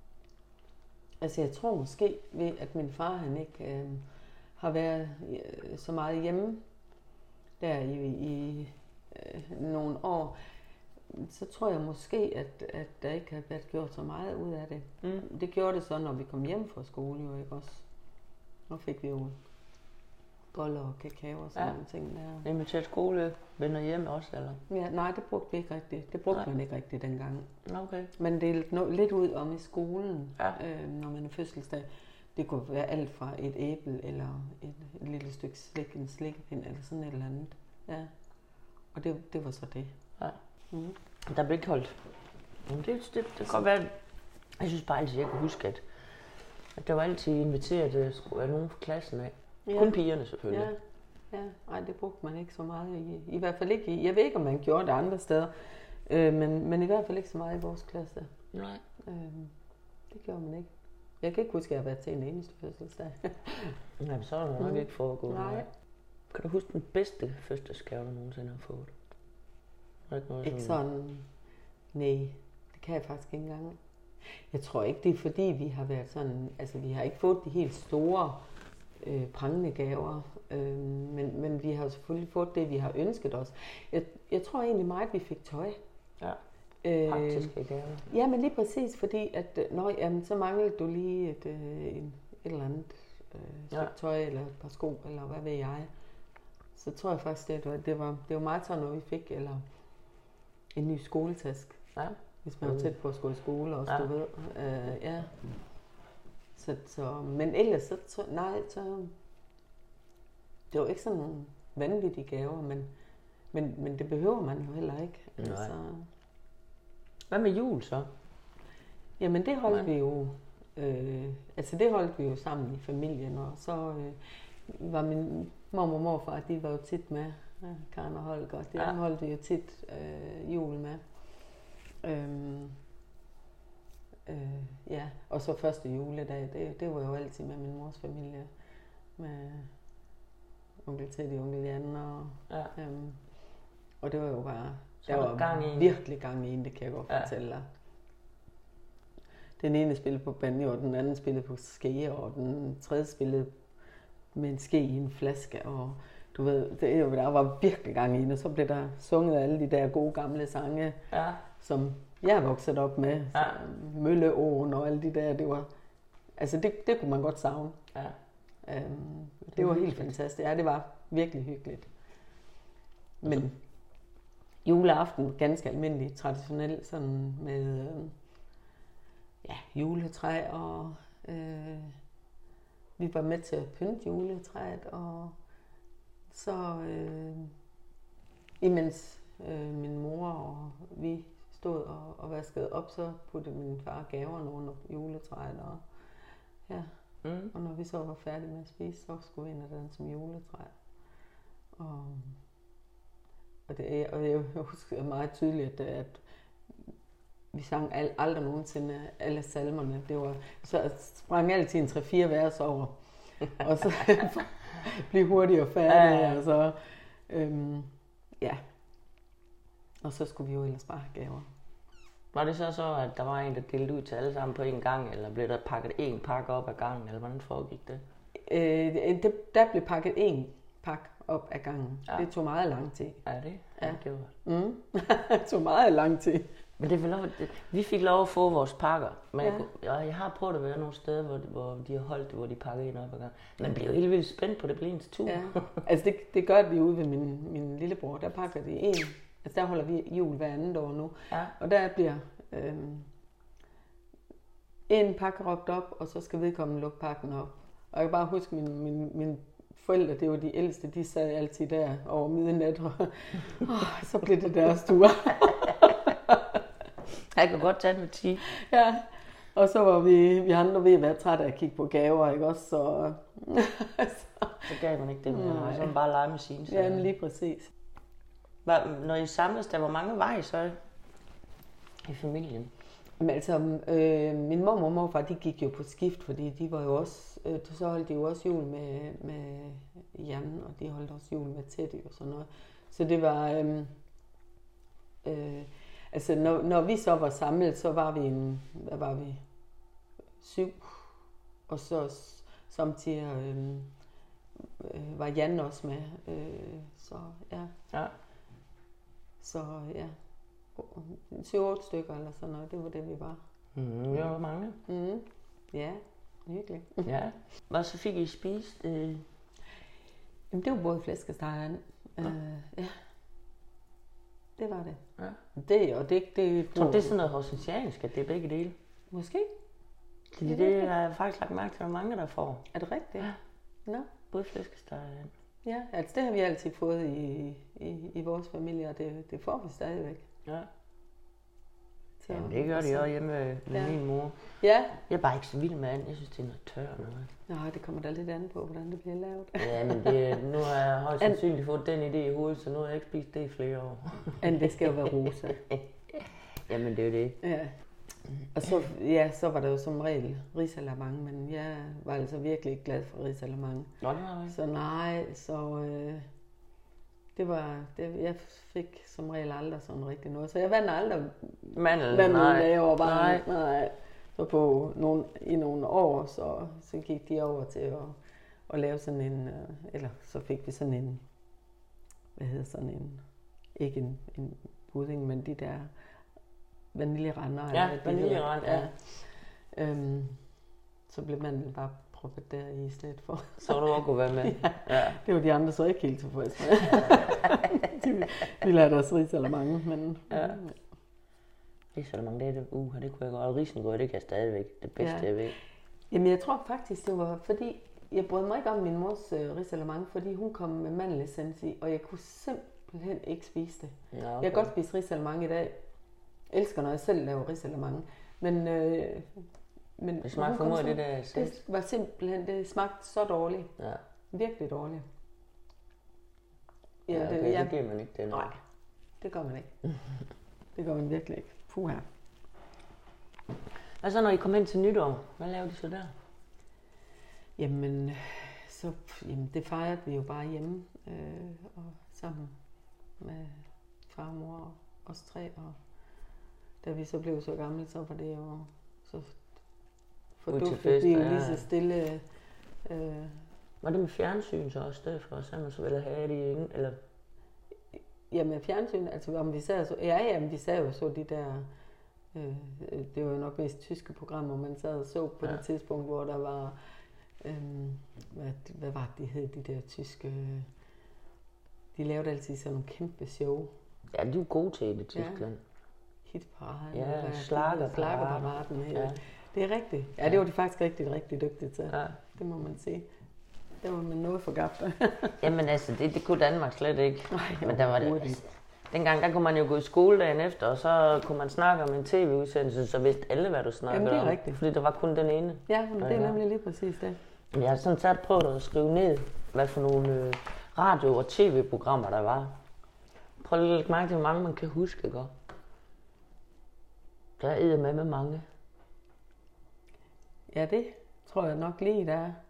Altså, jeg tror måske ved, at min far, han ikke øh, har været øh, så meget hjemme der i, i øh, nogle år. Så tror jeg måske, at, at der ikke har været gjort så meget ud af det. Mm. Det gjorde det så, når vi kom hjem fra skole, jo ikke også? Nu fik vi jo boller og kakao og sådan Ja. nogle ting der. Inviteret skole, venner hjem også, eller? Ja, nej, det brugte vi ikke rigtigt. Det brugte Nej. man ikke rigtigt dengang. Okay. Man delte no- lidt ud om i skolen, Ja. øh, når man er fødselsdag. Det kunne være alt fra et æble eller et, et lille stykke slik, en slikkepind eller sådan et eller andet. Ja. Og det, det var så det. Ja. Mm. Der blev ikke holdt. Men det, det, det kan godt være, jeg synes bare altid, jeg kan huske, at, at der var altid inviteret øh, skulle være nogen fra klassen af. Ja. Kun pigerne selvfølgelig. Ja, ja. Ej, det brugte man ikke så meget i. I hvert fald ikke i, jeg ved ikke, om man gjorde det andre steder, øh, men, men i hvert fald ikke så meget i vores klasse. Nej. Øh, det gjorde man ikke. Jeg kan ikke huske, at jeg har været til en eneste fødselsdag. Jamen, så er der nok Mm. ikke foregået. Nej. noget. Kan du huske den bedste fødselsdagsgave, du nogensinde har fået? Er der ikke noget Ikke sådan, nej, det kan jeg faktisk ikke engang. Jeg tror ikke, det er fordi, vi har været sådan, altså vi har ikke fået de helt store øh, prangende gaver, øh, men, men vi har jo selvfølgelig fået det, vi har ønsket os. Jeg, jeg tror egentlig meget, at vi fik tøj. Ja. Øh, Praktiske gaver. Ja, men lige præcis, fordi at, øh, nå, jamen, så manglede du lige et, øh, en, et eller andet øh, stykke Ja. tøj, eller et par sko, eller hvad ved jeg. Så tror jeg faktisk, det var, det var, det var meget sådan noget, vi fik, eller en ny skoletaske, Ja. hvis man var Mm. tæt på at gå i skole også, Ja. du ved. Øh, ja. Så, så, men ellers, så, så, nej, så, det var ikke sådan nogle vanvittige gaver, men, men, men det behøver man jo heller ikke. Nej. Altså, Hvad med jul så? jamen det holdt Nej. vi jo, øh, altså det holdt vi jo sammen i familien, og så øh, var min mormor og morfar, de var jo tit med, ja, Karen og Holger, det Ja. ja. holdt vi jo tit øh, jul med. Øhm, øh, ja, og så første juledag, det, det var jo altid med min mors familie, med onkel Teddy, onkel Jan, og, Ja. øhm, og det var jo bare, Så der var var der gang i den. virkelig gang i den, det kan jeg godt Ja. fortælle dig. Den ene spillede på banjo, og den anden spillede på ske, og den tredje spillede med en ske i en flaske, og du ved, det, der var virkelig gang i den, og så blev der sunget alle de der gode gamle sange, Ja. som jeg er vokset op med. Ja. Mølleåen og alle de der, det var, altså det, det kunne man godt savne. Ja. Øhm, det, Det er var helt hyggeligt. fantastisk. Ja, det var virkelig hyggeligt. Men juleaften, ganske almindelig, traditionelt, sådan med øh, ja, juletræ, og øh, vi var med til at pynte juletræet, og så øh, imens øh, min mor og vi stod og, og vaskede op, så puttede min far gaverne under juletræet, og ja, Mm. og når vi så var færdige med at spise, så skulle vi ind og danse som juletræ. Og, og, det, og jeg husker meget tydeligt, at vi sang al, aldrig nogensinde alle salmerne. Det var, så sprang altid en tre-fire vers over. Og så blive hurtigere færdig, ja. Og så, øhm, ja. Og så skulle vi jo ellers bare have gaver. Var det så så, at der var en, der delte ud til alle sammen på en gang, eller blev der pakket en pakke op ad gangen, eller hvordan foregik det? Øh, det der blev pakket en pakke op ad gangen. Ja. Det tog meget lang tid. Ja, det? Ja, ja det var. Mm. Det tog meget lang tid. Men det lov, det, vi fik lov at få vores pakker, men ja. jeg, jeg har prøvet at være nogle steder, hvor, hvor de har holdt, hvor de pakkede en op ad gangen. Man bliver jo helt vildt spændt på, det bliver ens tur. Ja. Altså det, det gør vi ude ved min, min lillebror, der pakker de en. Altså der holder vi jul hver andet år nu, ja. Og der bliver øhm, en pakke råbt op, og så skal vedkommende lukke pakken op. Og jeg kan bare huske, at mine, mine, mine forældre, det var de ældste, de sad altid der over midnat, og oh, så blev det deres tur. Jeg kan godt tage den med ti. Ja, og så var vi, vi andre ved at være trætte af at kigge på gaver, ikke også? Så, så, så gav man ikke det med, og så man bare lege med sine. Så. Ja, men lige præcis. Når I samles, der var mange vej så i familien? Men altså, øh, min mormor og morfar, de gik jo på skift, fordi de var jo også, øh, så holdt de jo også jul med, med Jan, og de holdt også jul med Teddy og sådan noget. Så det var, øh, øh, altså når, når vi så var samlet, så var vi en, hvad var vi, syv, og så samtidig øh, øh, var Jan også med, øh, så ja. Ja. Så ja. syv otte stykker eller sådan noget, det var det, vi var. Mm, vi var mange. Mm. Ja, hyggeligt. Ja. Hvad så fik I spist? Øh... Jamen, det var både flæskesteg og ja. Øh, ja. Det var det. Ja. Det, og det, det... Tror du, det er sådan noget horsentiansk, at det er begge dele? Måske. Det, det, det er jeg faktisk lagt mærke til, at der er mange, der får. Er det rigtigt? Ja. Nå. Både flæskesteg og ja. Ja, altså det har vi altid fået i, i, i vores familie, og det, det får vi stadigvæk. Ja. Så, jamen det gør de også hjemme med, med ja. min mor. Ja. Jeg er bare ikke så vild med andet. Jeg synes, det er noget tør noget. Nej, det kommer da lidt an på, hvordan det bliver lavet. Ja, men det, nu har jeg højst sandsynligt fået den idé i hovedet, så nu har jeg ikke spist det i flere år. Men det skal jo være rosa. Jamen det er jo det. Ja. Og så, ja, så var der jo som regel risalamande, men jeg var altså virkelig ikke glad for risalamande. Nå, det var det. Så nej, så øh, det var, det, jeg fik som regel aldrig sådan rigtig noget. Så jeg vandt aldrig mandel, nej. Laver bare, nej. nej. Så på nogle, i nogle år, så, så gik de over til at, at lave sådan en, øh, eller så fik vi sådan en, hvad hedder sådan en, ikke en, en pudding, men de der vaniljerender. Ja, vaniljerender, ja. ja. Øhm, så blev man bare proppet der i stedet for. Så du også kunne være med. Ja, ja. Det var de andre så ikke helt tilfredse med. de ville have deres risalamande, men... Ja. Risalamande, det er det, uh, det kunne jeg godt. Og risengrød, det kan jeg stadigvæk. Det bedste, ja. jeg ved. Jamen, jeg tror faktisk, det var fordi... Jeg brød mig ikke om min mors øh, risalamande, fordi hun kom med mandelessens i, og jeg kunne simpelthen ikke spise det. Ja, okay. Jeg kan godt spise risalamande i dag. Jeg elsker, når jeg selv laver risalamande. Men... Øh, men det smagte for mig, det der sæt. Det var simpelthen, det smagte så dårligt. Ja. Virkelig dårligt. Ja, okay, det, ja. det giver man ikke det. Nej, det gør man ikke. Det gør man virkelig ikke. Puh her. Hvad så, når I kommer ind til nytår? Hvad laver de så der? Jamen, så, jamen det fejrede vi jo bare hjemme. Øh, og sammen med far og mor og os tre. Og da vi så blev så gamle, så var det jo... Så forduftede vi jo lige så stille. Øh, var det med fjernsyn så også derfor, så man så ville have det i ingen, eller? Ja, med fjernsyn, altså om vi sad så, ja, ja, men vi sad jo så de der, øh, det var jo nok mest tyske programmer, man sad og så på ja. det tidspunkt, hvor der var, øh, hvad, hvad var det, de hed, de der tyske, de lavede altid sådan nogle kæmpe show. Ja, de er jo gode til det, Tyskland. Ja. Hitparaden. Ja, Schlagerparaden. Ja. Det er rigtigt. Ja, det var de faktisk rigtig, rigtig dygtige til. Ja. Det må man sige. Det var man noget for gabt. Jamen altså, det, det kunne Danmark slet ikke. Nej, men der var det. Altså, dengang, der kunne man jo gå i skole dagen efter, og så kunne man snakke om en tv-udsendelse, så vidste alle, hvad du snakkede om. Jamen, det er rigtigt. Fordi der var kun den ene. Ja, men det er nemlig lige præcis det. Jeg har sådan sat prøvet at skrive ned, hvad for nogle øh, radio- og tv-programmer der var. Prøv lige at lægge mærke til, hvor mange man kan huske, ikke? Der er med med mange. Ja, det tror jeg nok lige, der er.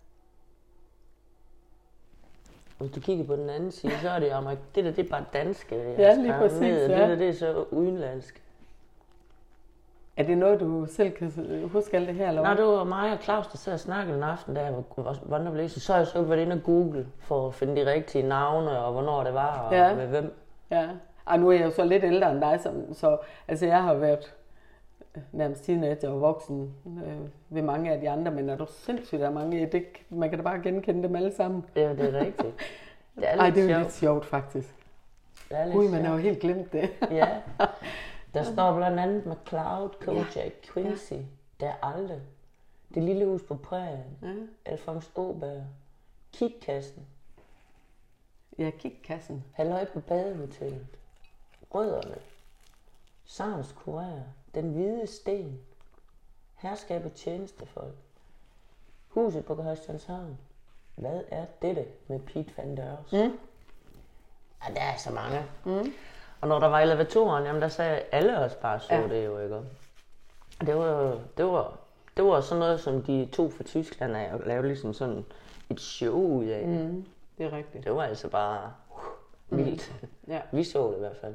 Hvis du kigger på den anden side, så er det amerik- det der, det er bare danske. Ja, lige præcis, med, ja. Det der, det er så udenlandsk. Er det noget, du selv kan huske alt det her, eller Nej, hvad? det var mig og Claus, der sad og snakkede en aften, da jeg var vandrelæser. Så har jeg så været inde og Google for at finde de rigtige navne, og hvornår det var, og Ja. med hvem. Ja. Ej, nu er jeg jo så lidt ældre end dig, så, så altså jeg har været nærmest teenager og voksen øh, ved mange af de andre, men er du sindssygt, der er mange, det, man kan da bare genkende dem alle sammen. Ja, det er rigtigt. Det er lidt Ej, det er jo sjovt. lidt sjovt faktisk. Det er lidt Ui, man har jo sjovt. helt glemt det. Ja. Der står blandt andet McCloud, Kojak, ja. Quincy, ja. Der Alde, Det Lille Hus på Prærien, ja. Alfons Åberg, Kikkassen, Ja, kikkassen. Halløj på Badehotellet, Rødderne, Sarns Kurér, Den Hvide Sten, Herskab og Tjenestefolk, Huset på Christianshavn. Hvad er dette med Piet van Deurs? Mm. Ja, der er så mange. Mm. Og når der var elevatoren, jamen der sagde alle os bare så ja. Det jo, ikke? Det var, det var, det var sådan noget, som de to fra Tyskland af og lavede ligesom sådan et show ud af. Mm, det er rigtigt. Det var altså bare uh, vildt. Mm. Ja. Vi så det i hvert fald.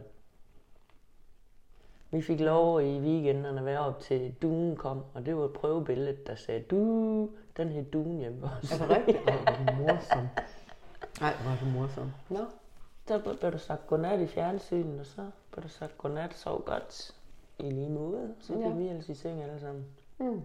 Vi fik lov i weekenderne at være op til Duen kom, og det var prøvebilledet, der sagde, du, den hed Duen hjemme på os. Er det rigtigt? Ej, hvor er du morsom. Nej, hvor er du morsom. Nå. Så blev der sagt godnat i fjernsynet, og så blev der sagt godnat, sov godt i lige måde. Så blev ja. vi ellers i seng alle sammen. Mm.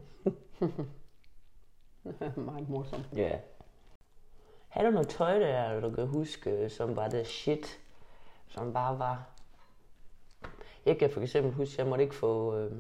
Meget morsom. Ja. Yeah. Har du noget tøj der, du kan huske, som var det shit, som bare var... Jeg kan for eksempel huske, at jeg måtte ikke få øh,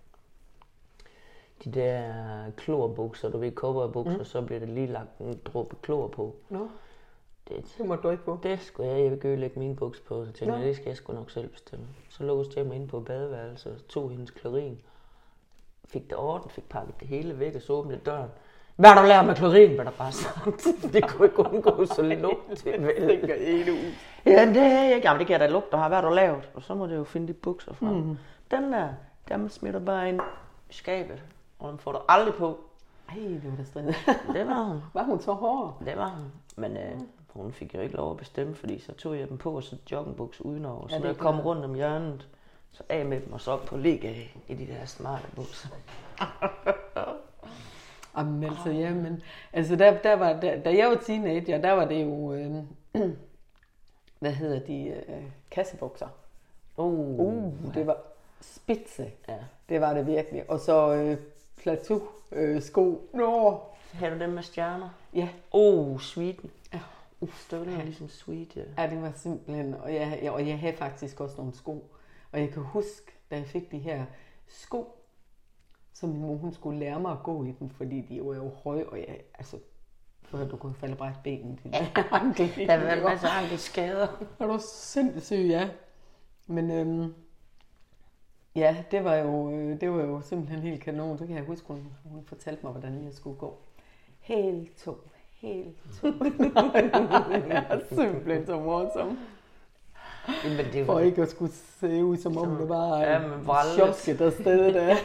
de der klorbukser, du ved, cowboybukser, mm. så bliver det lige lagt en dråbe klor på. Nå. Det, det må du ikke på. Det skulle jeg, jeg vil ikke lægge mine bukser på, så tænkte jeg, det skal jeg sgu nok selv bestemme. Så låste jeg mig ind på badeværelset, tog hendes klorin, fik det orden, fik pakket det hele væk og så åbnede døren. Hvad har du lært med klorin, var der bare sagt. Det kunne ikke undgå så lugt til vel. Det gør ikke ud. Ja, det er jeg ikke. Jamen, det kan jeg da lugte. Hvad har du lavet? Og så må det jo finde de bukser frem. Mm. Den der, dem smider bare ind i skabet, og den får du aldrig på. Ej, det var da stridigt. Det var hun. Var hun så hård? Det var hun. Men øh, hun fik jo ikke lov at bestemme, fordi så tog jeg dem på, og så joggingbuks udenover. Så ja, når jeg kom rundt om hjørnet, så af med dem, og så op på ligge i de der smarte bukser. Jamen altså, ja, men altså, der, der var, der, da jeg var teenager, der var det jo, øh, hvad hedder de, øh, kassebukser. Uh, uh det var spidse. Ja. Det var det virkelig. Og så øh, plateau øh, sko. Nå. Har du dem med stjerner? Ja. Oh, sweeten. Ja. Uh, støvler ja. Ligesom sweet, ja. Ja, det var simpelthen, og jeg, jeg, og jeg havde faktisk også nogle sko. Og jeg kan huske, da jeg fik de her sko, så min mor, hun skulle lære mig at gå i dem, fordi de var jo høje, og jeg, altså, før du kunne falde bræt benet. Ja, der var en masse ankelskader. Er du sindssyg, ja. Men øhm, ja, det var, jo, det var jo simpelthen helt kanon. Så kan jeg huske, hun, hun fortalte mig, hvordan jeg skulle gå. Helt to, helt to. Jeg er simpelthen så morsom. Jamen, det for ikke at skulle se ud, som om det var ja, sjovsket afsted der.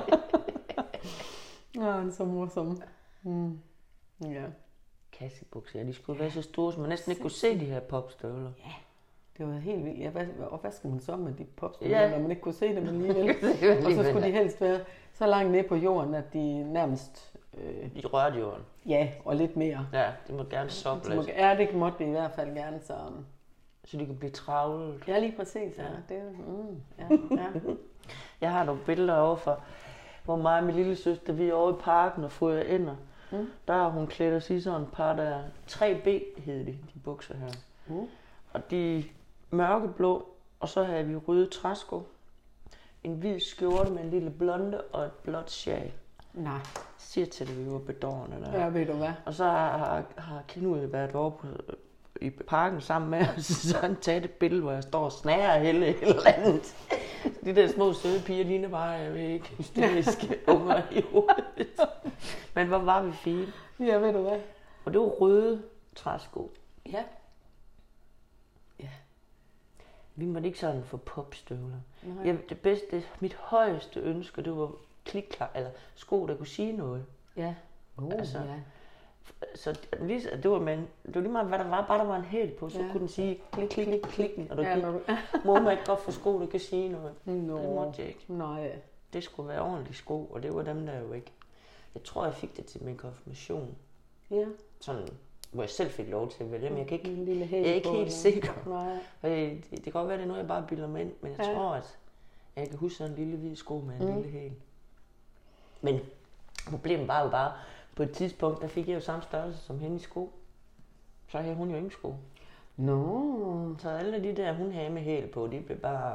Ja, så morsom. Mm. Ja. Kassebukser, ja, de skulle være så store, så man næsten ikke kunne se de her popstøvler. Ja, det var helt vildt. Ja, hvad, og hvad skal man så med de popstøvler, ja. når man ikke kunne se dem alligevel? Og så skulle de helst være så langt ned på jorden, at de nærmest... Øh, de rørte jorden. Ja, og lidt mere. Ja, de må gerne soppe lidt. Ja, det måtte vi i hvert fald gerne, så... Så de kan blive travlet. Ja, lige præcis. Ja. Ja. Det, mm, ja, ja. Jeg har nogle billeder overfor, hvor mig og min lille søster, vi er over i parken og fodrer ender. Mm. Der har hun klædt os i sådan et par der, tre B hed de, de bukser her. Mm. Og de er mørkeblå, og så har vi røde træsko, en hvid skjorte med en lille blonde og et blåt sjal. Nej. Siger til det, vi var bedårende der. Ja, ved du hvad. Og så har, har Knud været over på, i parken sammen med os, så han taget et billede, hvor jeg står og snærer hele et eller andet. De der små søde piger ligner bare, jeg ved ikke, hysteriske unger i hovedet. Men hvor var vi fine. Ja, ved du hvad. Og det var røde træsko. Ja. Ja. vi måtte ikke sådan få popstøvler. Nej. Jeg, det bedste, mit højeste ønske, det var klikklar, eller sko, der kunne sige noget. Ja. Oh, Altså, ja. Så lige, det var man, det var lige meget, hvad der var, bare der var en hæl på, så Ja. kunne den sige klik, klik, klik, klik, og du Ja, gik. når du... Mor må ikke godt få sko, der kan sige noget. Nå. Det måtte jeg ikke. Nej. Det skulle være ordentlige sko, og det var dem der jo ikke. Jeg tror, jeg fik det til min konfirmation. Ja. Sådan, hvor jeg selv fik lov til at vælge, men jeg kan ikke, En lille hæl jeg er ikke på, helt eller- sikker. Nej. Og det, det kan godt være, det er noget, jeg bare bilder mig ind, men jeg Ja. tror, at jeg kan huske sådan en lille hvid sko med en Mm. lille hæl. Men problemet var jo bare, på et tidspunkt, der fik jeg jo samme størrelse som hende i sko. Så havde hun jo ingen sko. Nå. Så alle de der, hun havde med hæl på, de blev bare...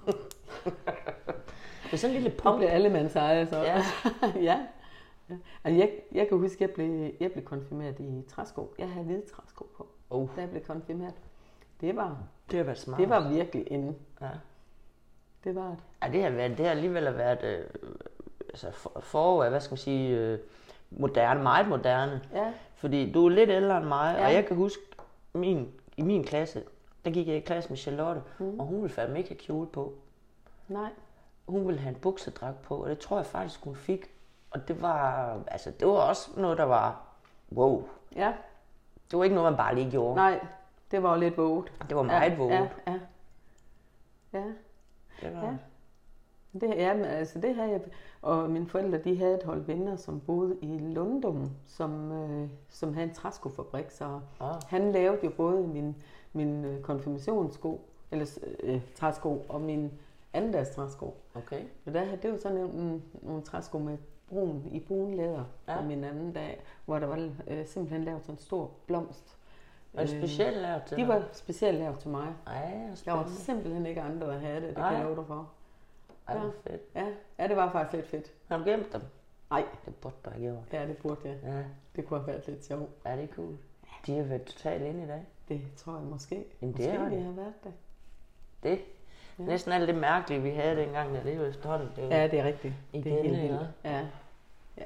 det er sådan en lille Det pump. blev alle mands eje, så. Ja. ja. Ja. Altså, jeg, jeg kan huske, at jeg blev, jeg blev konfirmeret i træsko. Jeg havde hvide træsko på, Oh, da jeg blev konfirmeret. Det var, det har været smart. det var virkelig inde. Ja. Det var det. Ja, det har, været, det har alligevel været øh, altså for, for, hvad skal man sige, øh, moderne, meget moderne. Ja. Fordi du er lidt ældre end mig, Ja. og jeg kan huske, min, i min klasse, der gik jeg i klasse med Charlotte, Mm. og hun ville fandme ikke have kjole på. Nej. Hun ville have en buksedragt på, og det tror jeg faktisk, hun fik. Og det var, altså, det var også noget, der var, wow. Ja. Det var ikke noget, man bare lige gjorde. Nej. Det var jo lidt våget. Det var meget ja. våget. Ja. Ja. Ja. Det var, Ja. Det, ja, men altså det havde jeg, og mine forældre, de havde et hold venner, som boede i Lundum, som, øh, som havde en træskofabrik, så ah, han lavede jo både min, min øh, konfirmationssko, eller øh, træsko, og min andendags træsko. okay. Og der, det var sådan nogle, nogle træsko med brun, i brun læder Ja. på min anden dag, hvor der var øh, simpelthen lavet sådan en stor blomst. Var det Øh, specielt lavet til De dig? var specielt lavet til mig. Ej, hvor Der var spændende. simpelthen ikke andre, der havde det, det kan Nej. jeg love dig for. Ej, hvor fedt. Ja, ja, det var faktisk lidt fedt. Har du gemt dem? Nej, Det burde du have gjort. ja, det burde jeg. Ja, Det kunne have været lidt sjovt. ja, det er cool. De har været totalt inde i dag. Det tror jeg måske. Jamen, det måske har de de. har været det. Det. Ja. Næsten alt det mærkelige, vi havde dengang, ja, det er jo efterhånden. Det er jo Ja, det er rigtigt. igen, Det er helt ikke? vildt. Ja. Ja.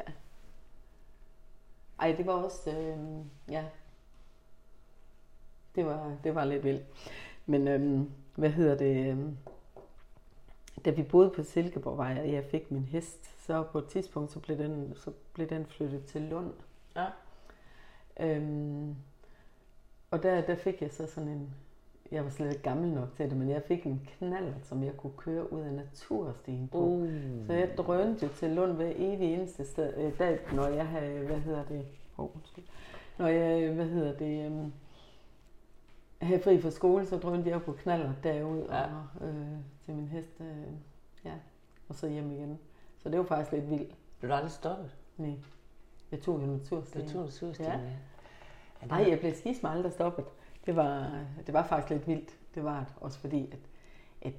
Ej, det var også, øh, ja. Det var, det var lidt vildt. Men øh, hvad hedder det? Øh, da vi boede på Silkeborgvej, og jeg fik min hest, så på et tidspunkt, så blev den, så blev den flyttet til Lund. Ja. Øhm, og der, der fik jeg så sådan en, jeg var slet ikke gammel nok til det, men jeg fik en knallert, som jeg kunne køre ud af naturstien på. Uh. Så jeg drønte jo til Lund hver evig eneste sted, øh, der, når jeg havde, hvad hedder det, oh, undskyld. Når jeg, hvad hedder det, øh, havde fri fra skole, så drønte jeg på knallert derud Ja. og øh, til min hest, øh, ja, og så hjem igen. Så det var faktisk lidt vildt. Blev du aldrig stoppet? Nej, jeg tog jo naturstien. Det tog du surstien, Ja. ja. Ja, Nej, jeg blev skisme aldrig stoppet. Det var, det var faktisk lidt vildt. Det var det også fordi, at, at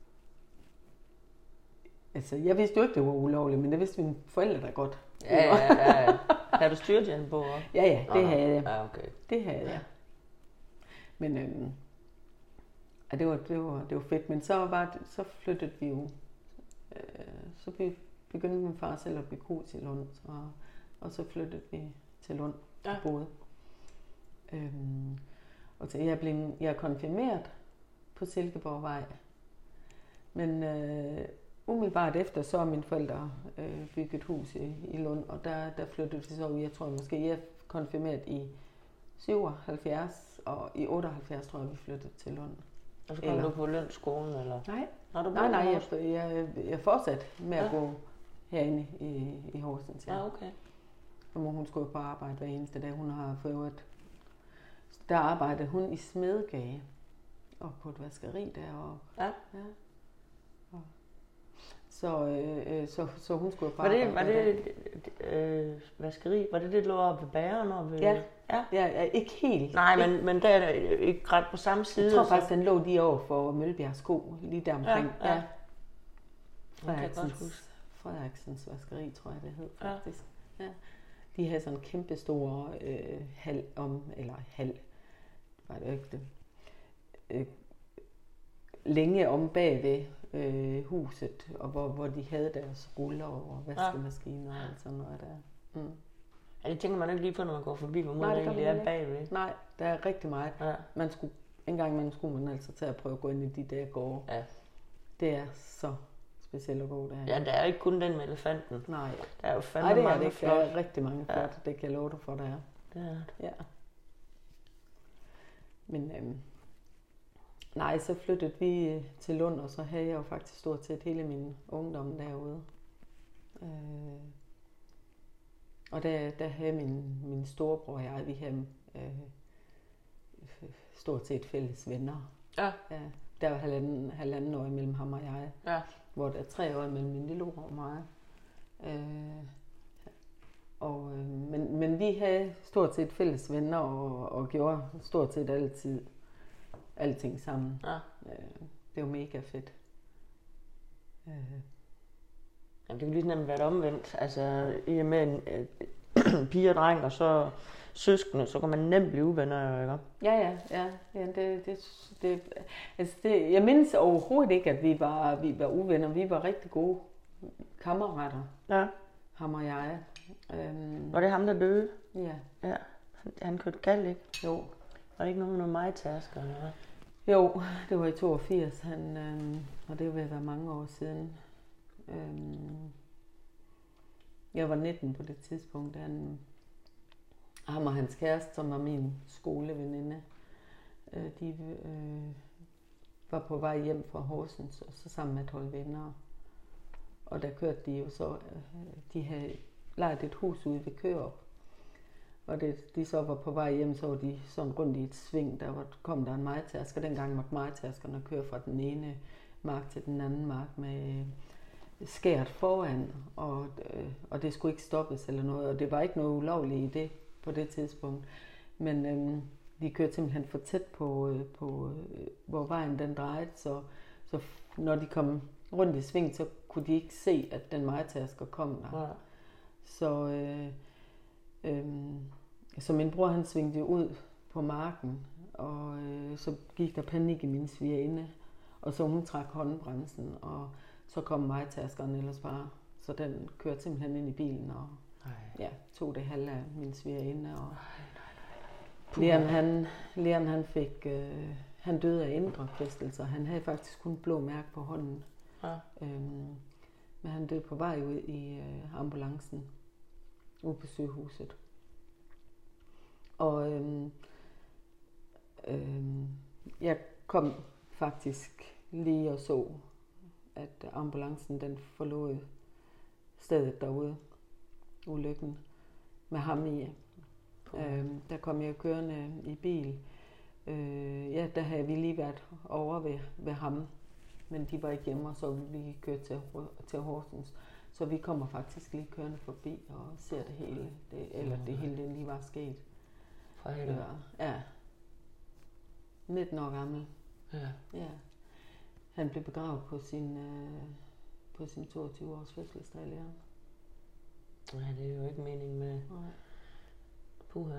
altså, jeg vidste jo ikke, det var ulovligt, men det vidste mine forældre da godt. Ja, ja, ja, ja. Havde du styrthjelm på også? Ja, ja, det Nå, havde jeg. Ja, okay. Det havde jeg. Men øhm, ja, det, var, det, var, det var fedt. Men så, var det, så flyttede vi jo. Øh, så vi begyndte min far selv at blive kos i Lund. Så, og så flyttede vi til Lund og Ja. boede. Øhm, og så jeg blev jeg er konfirmeret på Silkeborgvej. Men øh, umiddelbart efter, så har mine forældre øh, bygget et hus i, i Lund, og der, der flyttede vi så ud. Jeg tror måske, jeg er konfirmeret i syvoghalvfjerds, og i otteoghalvfjerds tror jeg, vi flyttede til Lund. Og så kom Eller- du på Lønskolen, eller? Nej, Har du nej, nej, boet i jeg, Horsens? jeg, jeg fortsatte med at Ja. gå herinde i, i Horsens. Ja, okay. Og mor, hun skulle jo på arbejde hver eneste dag. Hun har fået, der arbejdede hun i Smedegage, og på et vaskeri deroppe. Ja. Ja. Og så, øh, så, så hun skulle jo på Var det, arbejde. var hver det dag. øh, vaskeri? Var det det, der lå oppe ved bageren? Oppe ved... Ja. Ja. Ja, ja, ikke helt. Nej, men, men der er det ikke ret på samme side. Jeg tror så- faktisk, den lå lige over for Mølbjerg Sko, lige der omkring. Ja, ja. Det kan jeg godt Frederiksens, huske. Frederiksens vaskeri, tror jeg, det hed Ja. faktisk. Ja. De havde sådan en kæmpe store øh, hal om, eller hal, var det jo ikke det, øh, længe om bagved øh, huset, og hvor, hvor de havde deres ruller og vaskemaskiner og alt sådan noget der. Mm. Ja, det tænker man ikke lige på, når man går forbi, hvor Nej, meget det der gør egentlig man er bagved. Nej, der er rigtig meget. Ja. Man skulle en gang imellem skulle man altså tage at prøve at gå ind i de der gårde. Ja. Det er så specielt at gå der. Ja, der er ikke kun den med elefanten. Nej. Der er jo fandme Nej, det er mange det ikke. flotte. Der er rigtig mange flotte. Ja. Det kan jeg love dig for, der er. Det er det. Ja. Men øhm, nej, så flyttede vi til Lund, og så havde jeg jo faktisk stort set hele min ungdom derude. Øh, og der, der havde min, min storebror og jeg, vi havde øh, stort set fælles venner. Ja. Ja, der var halvanden, halvanden år mellem ham og jeg, Ja. hvor der er tre år mellem min lillebror og mig. Øh, og, øh, men, men vi havde stort set fælles venner og, og gjorde stort set altid alting sammen. Ja. Øh, det var mega fedt. Øh, Jamen, det kunne lige nemt være omvendt. Altså, i og med en øh, pige og dreng, og så søskende, så kan man nemt blive uvenner, ikke? Ja, ja, ja. ja det, det, det, altså det, jeg mindes overhovedet ikke, at vi var, vi var uvenner. Vi var rigtig gode kammerater, Ja. ham og jeg. Øhm, Var det ham, der døde? ja, Ja. Han, han kørte galt, ikke? jo. Var det ikke nogen af mig tasker, eller hvad? Jo, det var i toogfirs, han, øhm, og det vil være mange år siden. Øhm, jeg var nitten på det tidspunkt. Han, ham og hans kæreste, som var min skoleveninde, øh, de øh, var på vej hjem fra Horsens, og så sammen med et hold venner. Og der kørte de jo så, øh, de havde lejet et hus ude ved Kørup. Og det, de så var på vej hjem, så var de sådan rundt i et sving, der var, kom der en majtasker. Dengang måtte majtaskerne køre fra den ene mark til den anden mark med skært foran, og, øh, og det skulle ikke stoppes eller noget, og det var ikke noget ulovligt i det på det tidspunkt. Men øh, de kørte simpelthen for tæt på, øh, på øh, hvor vejen den drejede, så, så når de kom rundt i sving, så kunne de ikke se, at den majtasker kom der. Ja. Så, øh, øh, så min bror han svingte jo ud på marken, og øh, så gik der panik i min svigerinde, og så hun trak håndbremsen, og så kom majtaskeren ellers bare, så den kørte simpelthen ind i bilen og ja, tog det halve af min svigerinde. Og Leon han, Leon, han fik, øh, han døde af indre kvæstelser. Han havde faktisk kun blå mærke på hånden. Ja. Øhm, men han døde på vej ud i øh, ambulancen ude på sygehuset. Og øhm, øhm, jeg kom faktisk lige og så, at ambulancen den forlod stedet derude, ulykken, med ham i. Øhm, der kom jeg kørende i bil. Øh, ja, der havde vi lige været over ved, ved ham, men de var ikke hjemme, og så vi lige kørt til, til Horsens. Så vi kommer faktisk lige kørende forbi og ser det hele, det, eller det hele det lige var sket. For helvede. Ja, ja. nitten år gammel. Ja. Ja. Han blev begravet på sin, øh, på sin toogtyve års fødselsdag, Leon. Ja, det er jo ikke meningen med Nej. puha.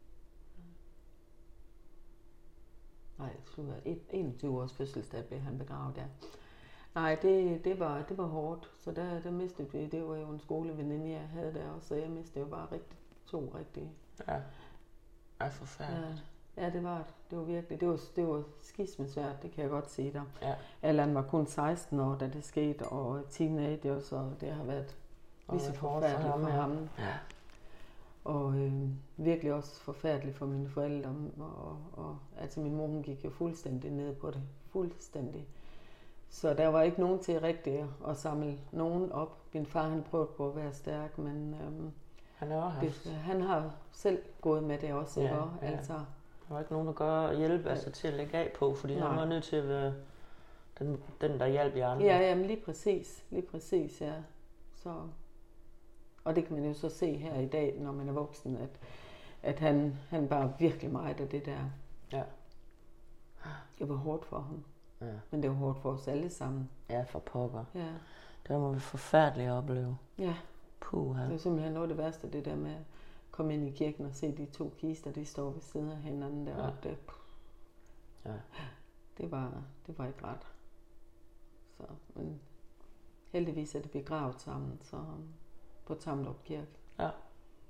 Nej, det var enogtyve års fødselsdag blev han begravet der. Nej, det, det, var, det var hårdt, så der, der mistede vi, det var jo en skoleveninde, jeg havde der også, så jeg mistede jo bare rigtig, to rigtige. Ja, ej forfærdeligt. Ja, ja, det var det. Det var virkelig, det var, det var skismesvært, det kan jeg godt sige dig. Ja. Allan var kun seksten år, da det skete, og teenager, så det har været lige så forfærdeligt for ham. Ja. Og øh, virkelig også forfærdeligt for mine forældre. Og, og, altså min mor, hun gik jo fuldstændig ned på det. Fuldstændig. Så der var ikke nogen til rigtig at samle nogen op. Min far, han prøvede på at være stærk, men øh, Han, er det, han har selv gået med det også. Ja, ikke? ja. Altså, Der var ikke nogen, der gør hjælpe altså, til at lægge af på, fordi Nej. han var nødt til at være den, den der hjalp de andre. ja, jamen lige præcis. Lige præcis, ja. Så, og det kan man jo så se her i dag, når man er voksen, at, at han, han var virkelig meget af det der. Ja. Det var hårdt for ham. Ja. Men det var hårdt for os alle sammen. Ja, for pokker. Ja, Det må vi forfærdeligt at opleve. ja. Puha. Det er simpelthen noget af det værste, det der med at komme ind i kirken og se de to kister, de står ved siden af hinanden der. Ja. Og det, Ja. det, var, det var ikke ret. Så, men heldigvis er det begravet sammen, så på Tamdrup Kirke. Ja.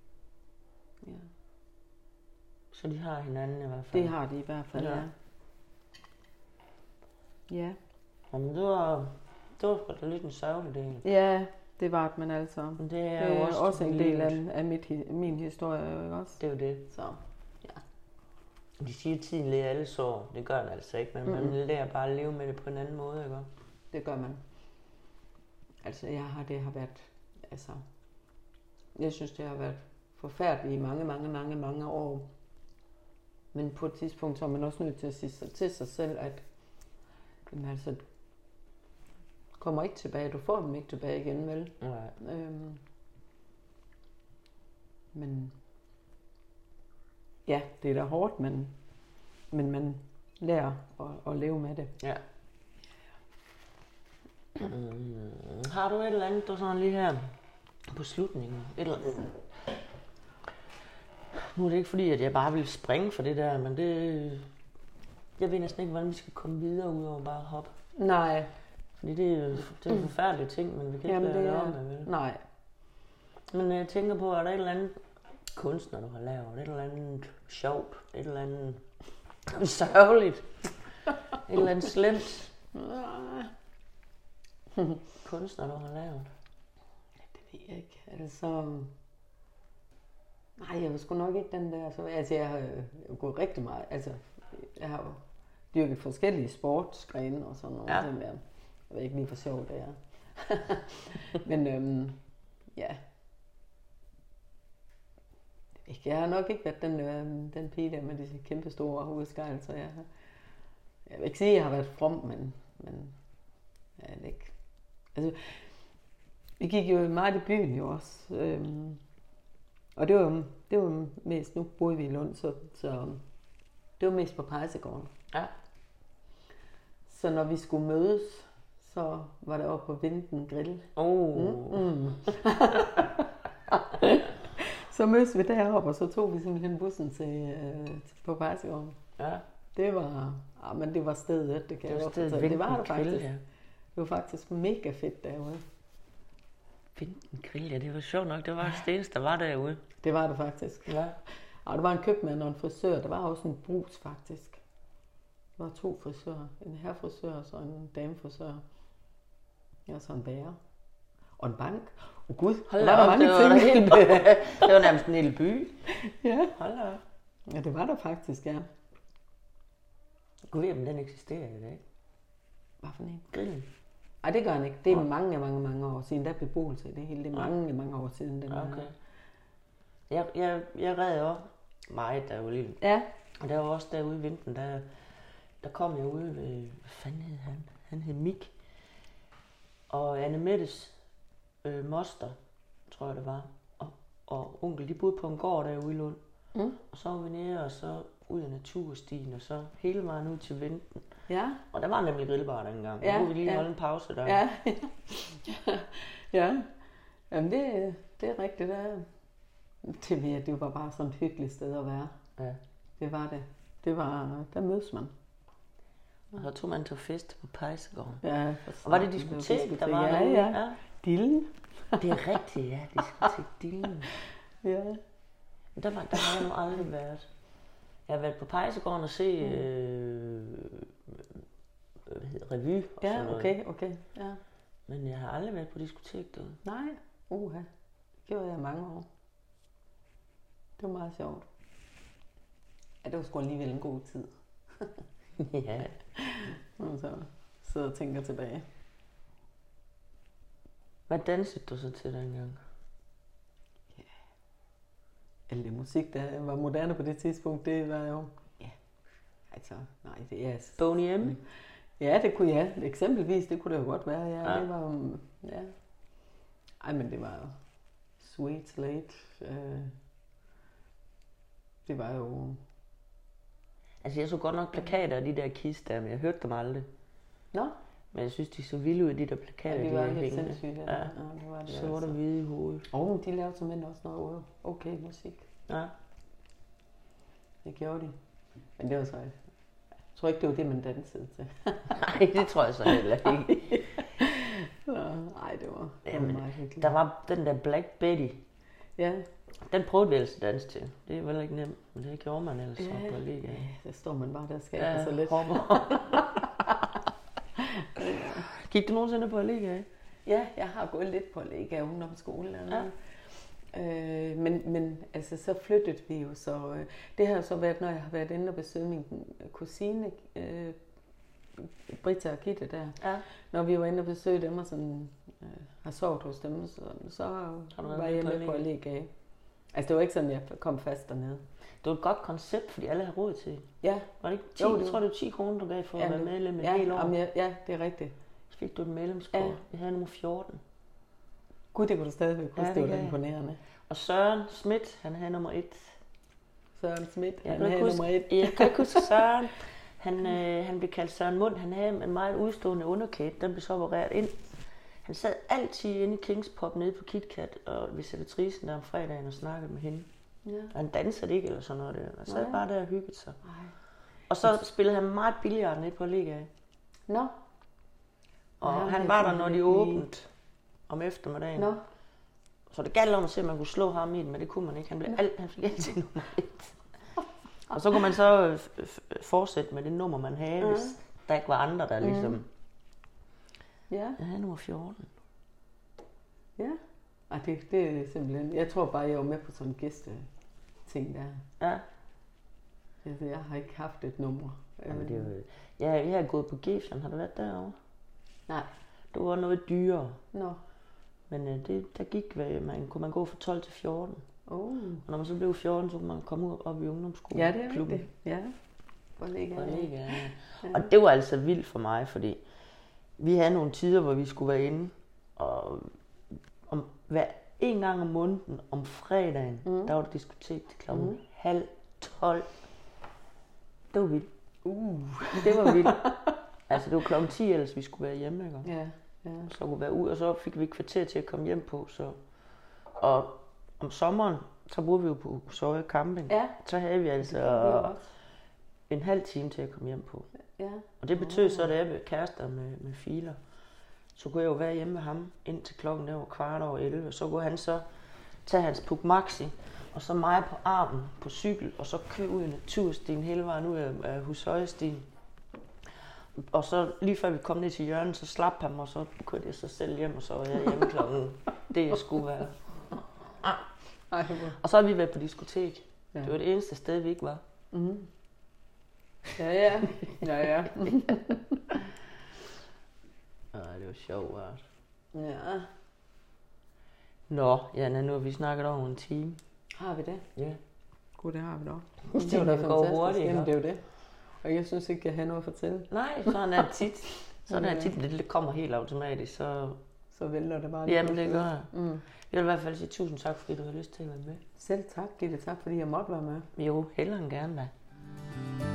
Ja. Så de har hinanden i hvert fald. Det har de i hvert fald, Ja. ja. Ja. Jamen, det var, det var sgu da lidt en sørgelig del. Ja, det var det, men altså. Men det er, det er jo også, også en del livet. af, af mit, min historie, jo ikke også? Det er jo det. Så, ja. De siger, at tiden lærer alle sår. Det gør den altså ikke, men mm-hmm. man lærer bare at leve med det på en anden måde, ikke? Det gør man. Altså, jeg har, det har været, altså, jeg synes, det har været forfærdeligt i mange, mange, mange, mange år. Men på et tidspunkt, så er man også nødt til at sige til sig selv, at jamen, altså, kommer ikke tilbage, du får dem ikke tilbage igen, vel? Nej. Øhm, men ja, det er da hårdt, men, men man lærer at, at leve med det. Ja. Mm. Har du et eller andet, du sådan lige her på slutningen? Et eller andet? Nu er det ikke fordi, at jeg bare vil springe for det der, men det... Jeg ved næsten ikke, hvordan vi skal komme videre ud over bare at hoppe. Nej. Fordi det er jo det er en forfærdelig ting, men vi kan Jamen, ikke være det det er... om, vel? Nej. Men jeg tænker på, er der et eller andet kunstner, du har lavet? Et eller andet sjovt? Et eller andet sørgeligt? Et eller andet slemt? Kunstner, du har lavet? Det ved jeg ikke. Altså... Nej, jeg var sgu nok ikke den der... Så, altså, jeg har jo gået rigtig meget... Altså, jeg har jo dyrket forskellige sportsgrene og sådan noget. Ja. Der. Jeg ved ikke lige, hvor sjovt det er. Men øhm, ja... Jeg har nok ikke været den, øh, den pige der med de kæmpe store hovedskejlelser. Jeg, jeg vil ikke sige, at jeg har været from, men, men jeg er ikke. Altså, vi gik jo meget i byen jo også. Øhm, og det var jo det var mest, nu boede vi i Lund, så, så det var mest på Pejsegården. Ja. Så når vi skulle mødes, så var det oppe på Vinden Grill. Oh. Mm, mm. Så mødtes vi deroppe, og så tog vi simpelthen bussen til, øh, til på Pejsegården. Ja. Det var, ah, men det var stedet, det kan Det jeg var godt stedet fortælle. Det var det Vinden Grill, faktisk. ja. Det var faktisk mega fedt derude. Vinden Grill, ja, det var sjovt nok. Det var det eneste, der var derude. Det var det faktisk. Ja. Og der var en købmand og en frisør. Der var også en brus faktisk. Der var to frisører. En herrefrisør og så en damefrisør. Ja, så en bager. Og en bank. Åh oh, gud, Hold der var der op, mange det var ting. Helt, det var nærmest en lille by. Ja. Hold da. Ja, det var der faktisk, ja. Gud ved, om den eksisterer i dag. Hvad for en? Grillen. Ej, det gør den ikke. Det er Ja. mange, mange, mange år siden. Der er beboelse i det hele. Det er mange, mange år siden. Den Okay. er. Jeg, jeg, jeg red jo meget, da jeg var lille. Ja. Og der var også derude i vinteren, der, der kom jeg ude ved, hvad fanden hed han? Han hed Mik. Og Anne Mettes øh, moster, tror jeg det var, og, og onkel, de boede på en gård derude i Lund. Mm. Og så var vi nede, og så ud af naturstien, og så hele vejen ud til Vinden. Ja. Og der var nemlig grillbar dengang. Ja, Ja, kunne vi lige ja. holde en pause der. Ja. Ja. Jamen det, det er rigtigt. Det, er, det, ved jeg, det var bare sådan et hyggeligt sted at være. Ja. Det var det. Det var, der mødes man. Og så tog man til fest på Pejsegården. Ja, Og var det diskotek, der var ja, derude? ja, ja. Dillen. Det er rigtigt, ja. Diskotek Dillen. Ja. Der, var, der har jeg nu aldrig været. Jeg har været på Pejsegården og se øh, hvad hedder, revy og sådan Ja, noget. okay, okay. Ja. Men jeg har aldrig været på diskotek derude. Nej, uha. Det gjorde jeg i mange år. Det var meget sjovt. Ja, det var sgu alligevel en god tid. Ja. Og så sidder og tænker tilbage. Hvad dansede du så til dengang? Alt det musik, der var moderne på det tidspunkt, det var jo... Ja, altså, nej, det er... Boney M? Ja, det kunne jeg. Ja. Eksempelvis, det kunne det jo godt være, ja. Ja. Det var jo... Ja. Ej, men det var jo... Sweet Slate. Øh, det var jo... Altså, jeg så godt nok plakater af de der Kiss der, men jeg hørte dem aldrig. Nå? Men jeg synes, de så vilde ud, de der plakater, Ja, de de var der helt hængende. sindssygt, ja. Ja. Ja, det var det Så var altså. der hvide i hovedet. Og oh, de lavede simpelthen også noget okay musik. Ja. Det gjorde de. Men det var så... Jeg tror ikke, det var det, man dansede til. Nej, det tror jeg så heller ikke. Nej, det var, det var Jamen, meget hyggeligt. der var den der Black Betty. Ja. Den prøvede vi altså at danse til. Det er vel ikke nemt, men det gjorde man ellers Ja, så på lige. ja, der står man bare der og skaber Ja, så lidt. hopper. Gik du nogensinde på Allega? Ja, jeg har gået lidt på Allega ungdomsskole. Ja. Øh, men, men altså, så flyttede vi jo, så øh, det har jo så været, når jeg har været inde og besøge min kusine, øh, Britta og Gitte der. Ja. Når vi var inde og besøge dem og sådan, øh, har sovet hos dem, så, så var jeg med på Allega. Altså det var ikke sådan, jeg kom fast dernede. Det var et godt koncept, fordi alle har råd til. Ja. Var det ikke ti? Jo, det jeg tror, det var ti kroner, du gav for ja, at være medlem et ja, helt år. Jamen, ja, ja, det er rigtigt. Så fik du et medlemskort. Ja. Vi havde nummer fjorten. Gud, det kunne du stadigvæk huske, ja, det var imponerende. Og Søren Schmidt, han havde nummer et. Søren Schmidt, jeg han havde nummer et. Jeg kan ikke huske Søren. Han, øh, han blev kaldt Søren Mund. Han havde en meget udstående underkæde. Den blev så opereret ind. Han sad altid inde i Kings Pop nede på KitKat og ved servitricen der om fredagen og snakkede med hende. Ja. Og han dansede ikke eller sådan noget der. Han sad bare der og hyggede sig. Nej. Og så spillede han meget billigere nede på Allega. Nå. Og ja, han var der, når de åbnede om eftermiddagen. Nå. Så det galt om at se, at man kunne slå ham i den, men det kunne man ikke. Han, blev alt, han fik altid nummer et. Og så kunne man så fortsætte med det nummer, man havde, hvis der ikke var andre, der ligesom... Mm. Ja. Jeg havde nummer fjorten. Ja. Ej, det, det er simpelthen... Jeg tror bare, jeg var med på sådan en gæste ting der. Ja. Altså, jeg har ikke haft et nummer. Jamen, det er jo... Ja, jeg har gået på Gefion. Har du været derovre? Nej. Det var noget dyrere. Nå. Men øh, det, der gik, hvad, man, kunne man gå fra tolv til fjorten. Oh. Og når man så blev fjorten, så kunne man komme ud op i ungdomsskolen. Ja, det er klubben. Rigtigt. Ja. Kollega, Kollega, ja. Ja. Og det var altså vildt for mig, fordi vi havde nogle tider, hvor vi skulle være inde, og om, hver en gang om måneden, om fredagen, mm. der var der diskotek til klokken mm. halv tolv. Det var vildt. Uh. Det var vildt. Altså det var klokken ti, ellers vi skulle være hjemme, ikke? Ja. Ja. Så kunne være ud, og så fik vi et kvarter til at komme hjem på. Så. Og om sommeren, så boede vi jo på Søje Camping. Ja. Så havde vi altså en halv time til at komme hjem på. Ja. Og det betød så, at jeg blev kærester med, med filer. Så kunne jeg jo være hjemme med ham indtil klokken der var kvart over elleve. Så kunne han så tage hans Puk Maxi, og så mig på armen på cykel, og så køre ud i naturstien hele vejen ud af, af Husøjestien. Og så lige før vi kom ned til hjørnet, så slap han mig, og så kørte jeg sig selv hjem, og så var jeg hjemme klokken det jeg skulle være. Og så har vi været på diskotek. Ja. Det var det eneste sted, vi ikke var. Mm. Ja, ja. Ja, ja. Ej, det var sjovt, altså. Ja. Nå, Janne, nu har vi snakket over en time. Har vi det? Ja. Gud, det har vi da. Det, det var da fantastisk. Jamen, det er jo det. Og jeg synes ikke, jeg har noget at fortælle. Nej, sådan er det tit. Sådan er det tit, det kommer helt automatisk, så... Så vælter det bare. Jamen, det gør jeg. Mm. Jeg vil i hvert fald sige tusind tak, fordi du har lyst til at være med. Selv tak, Gitte. Tak, fordi jeg måtte være med. Jo, hellere end gerne da.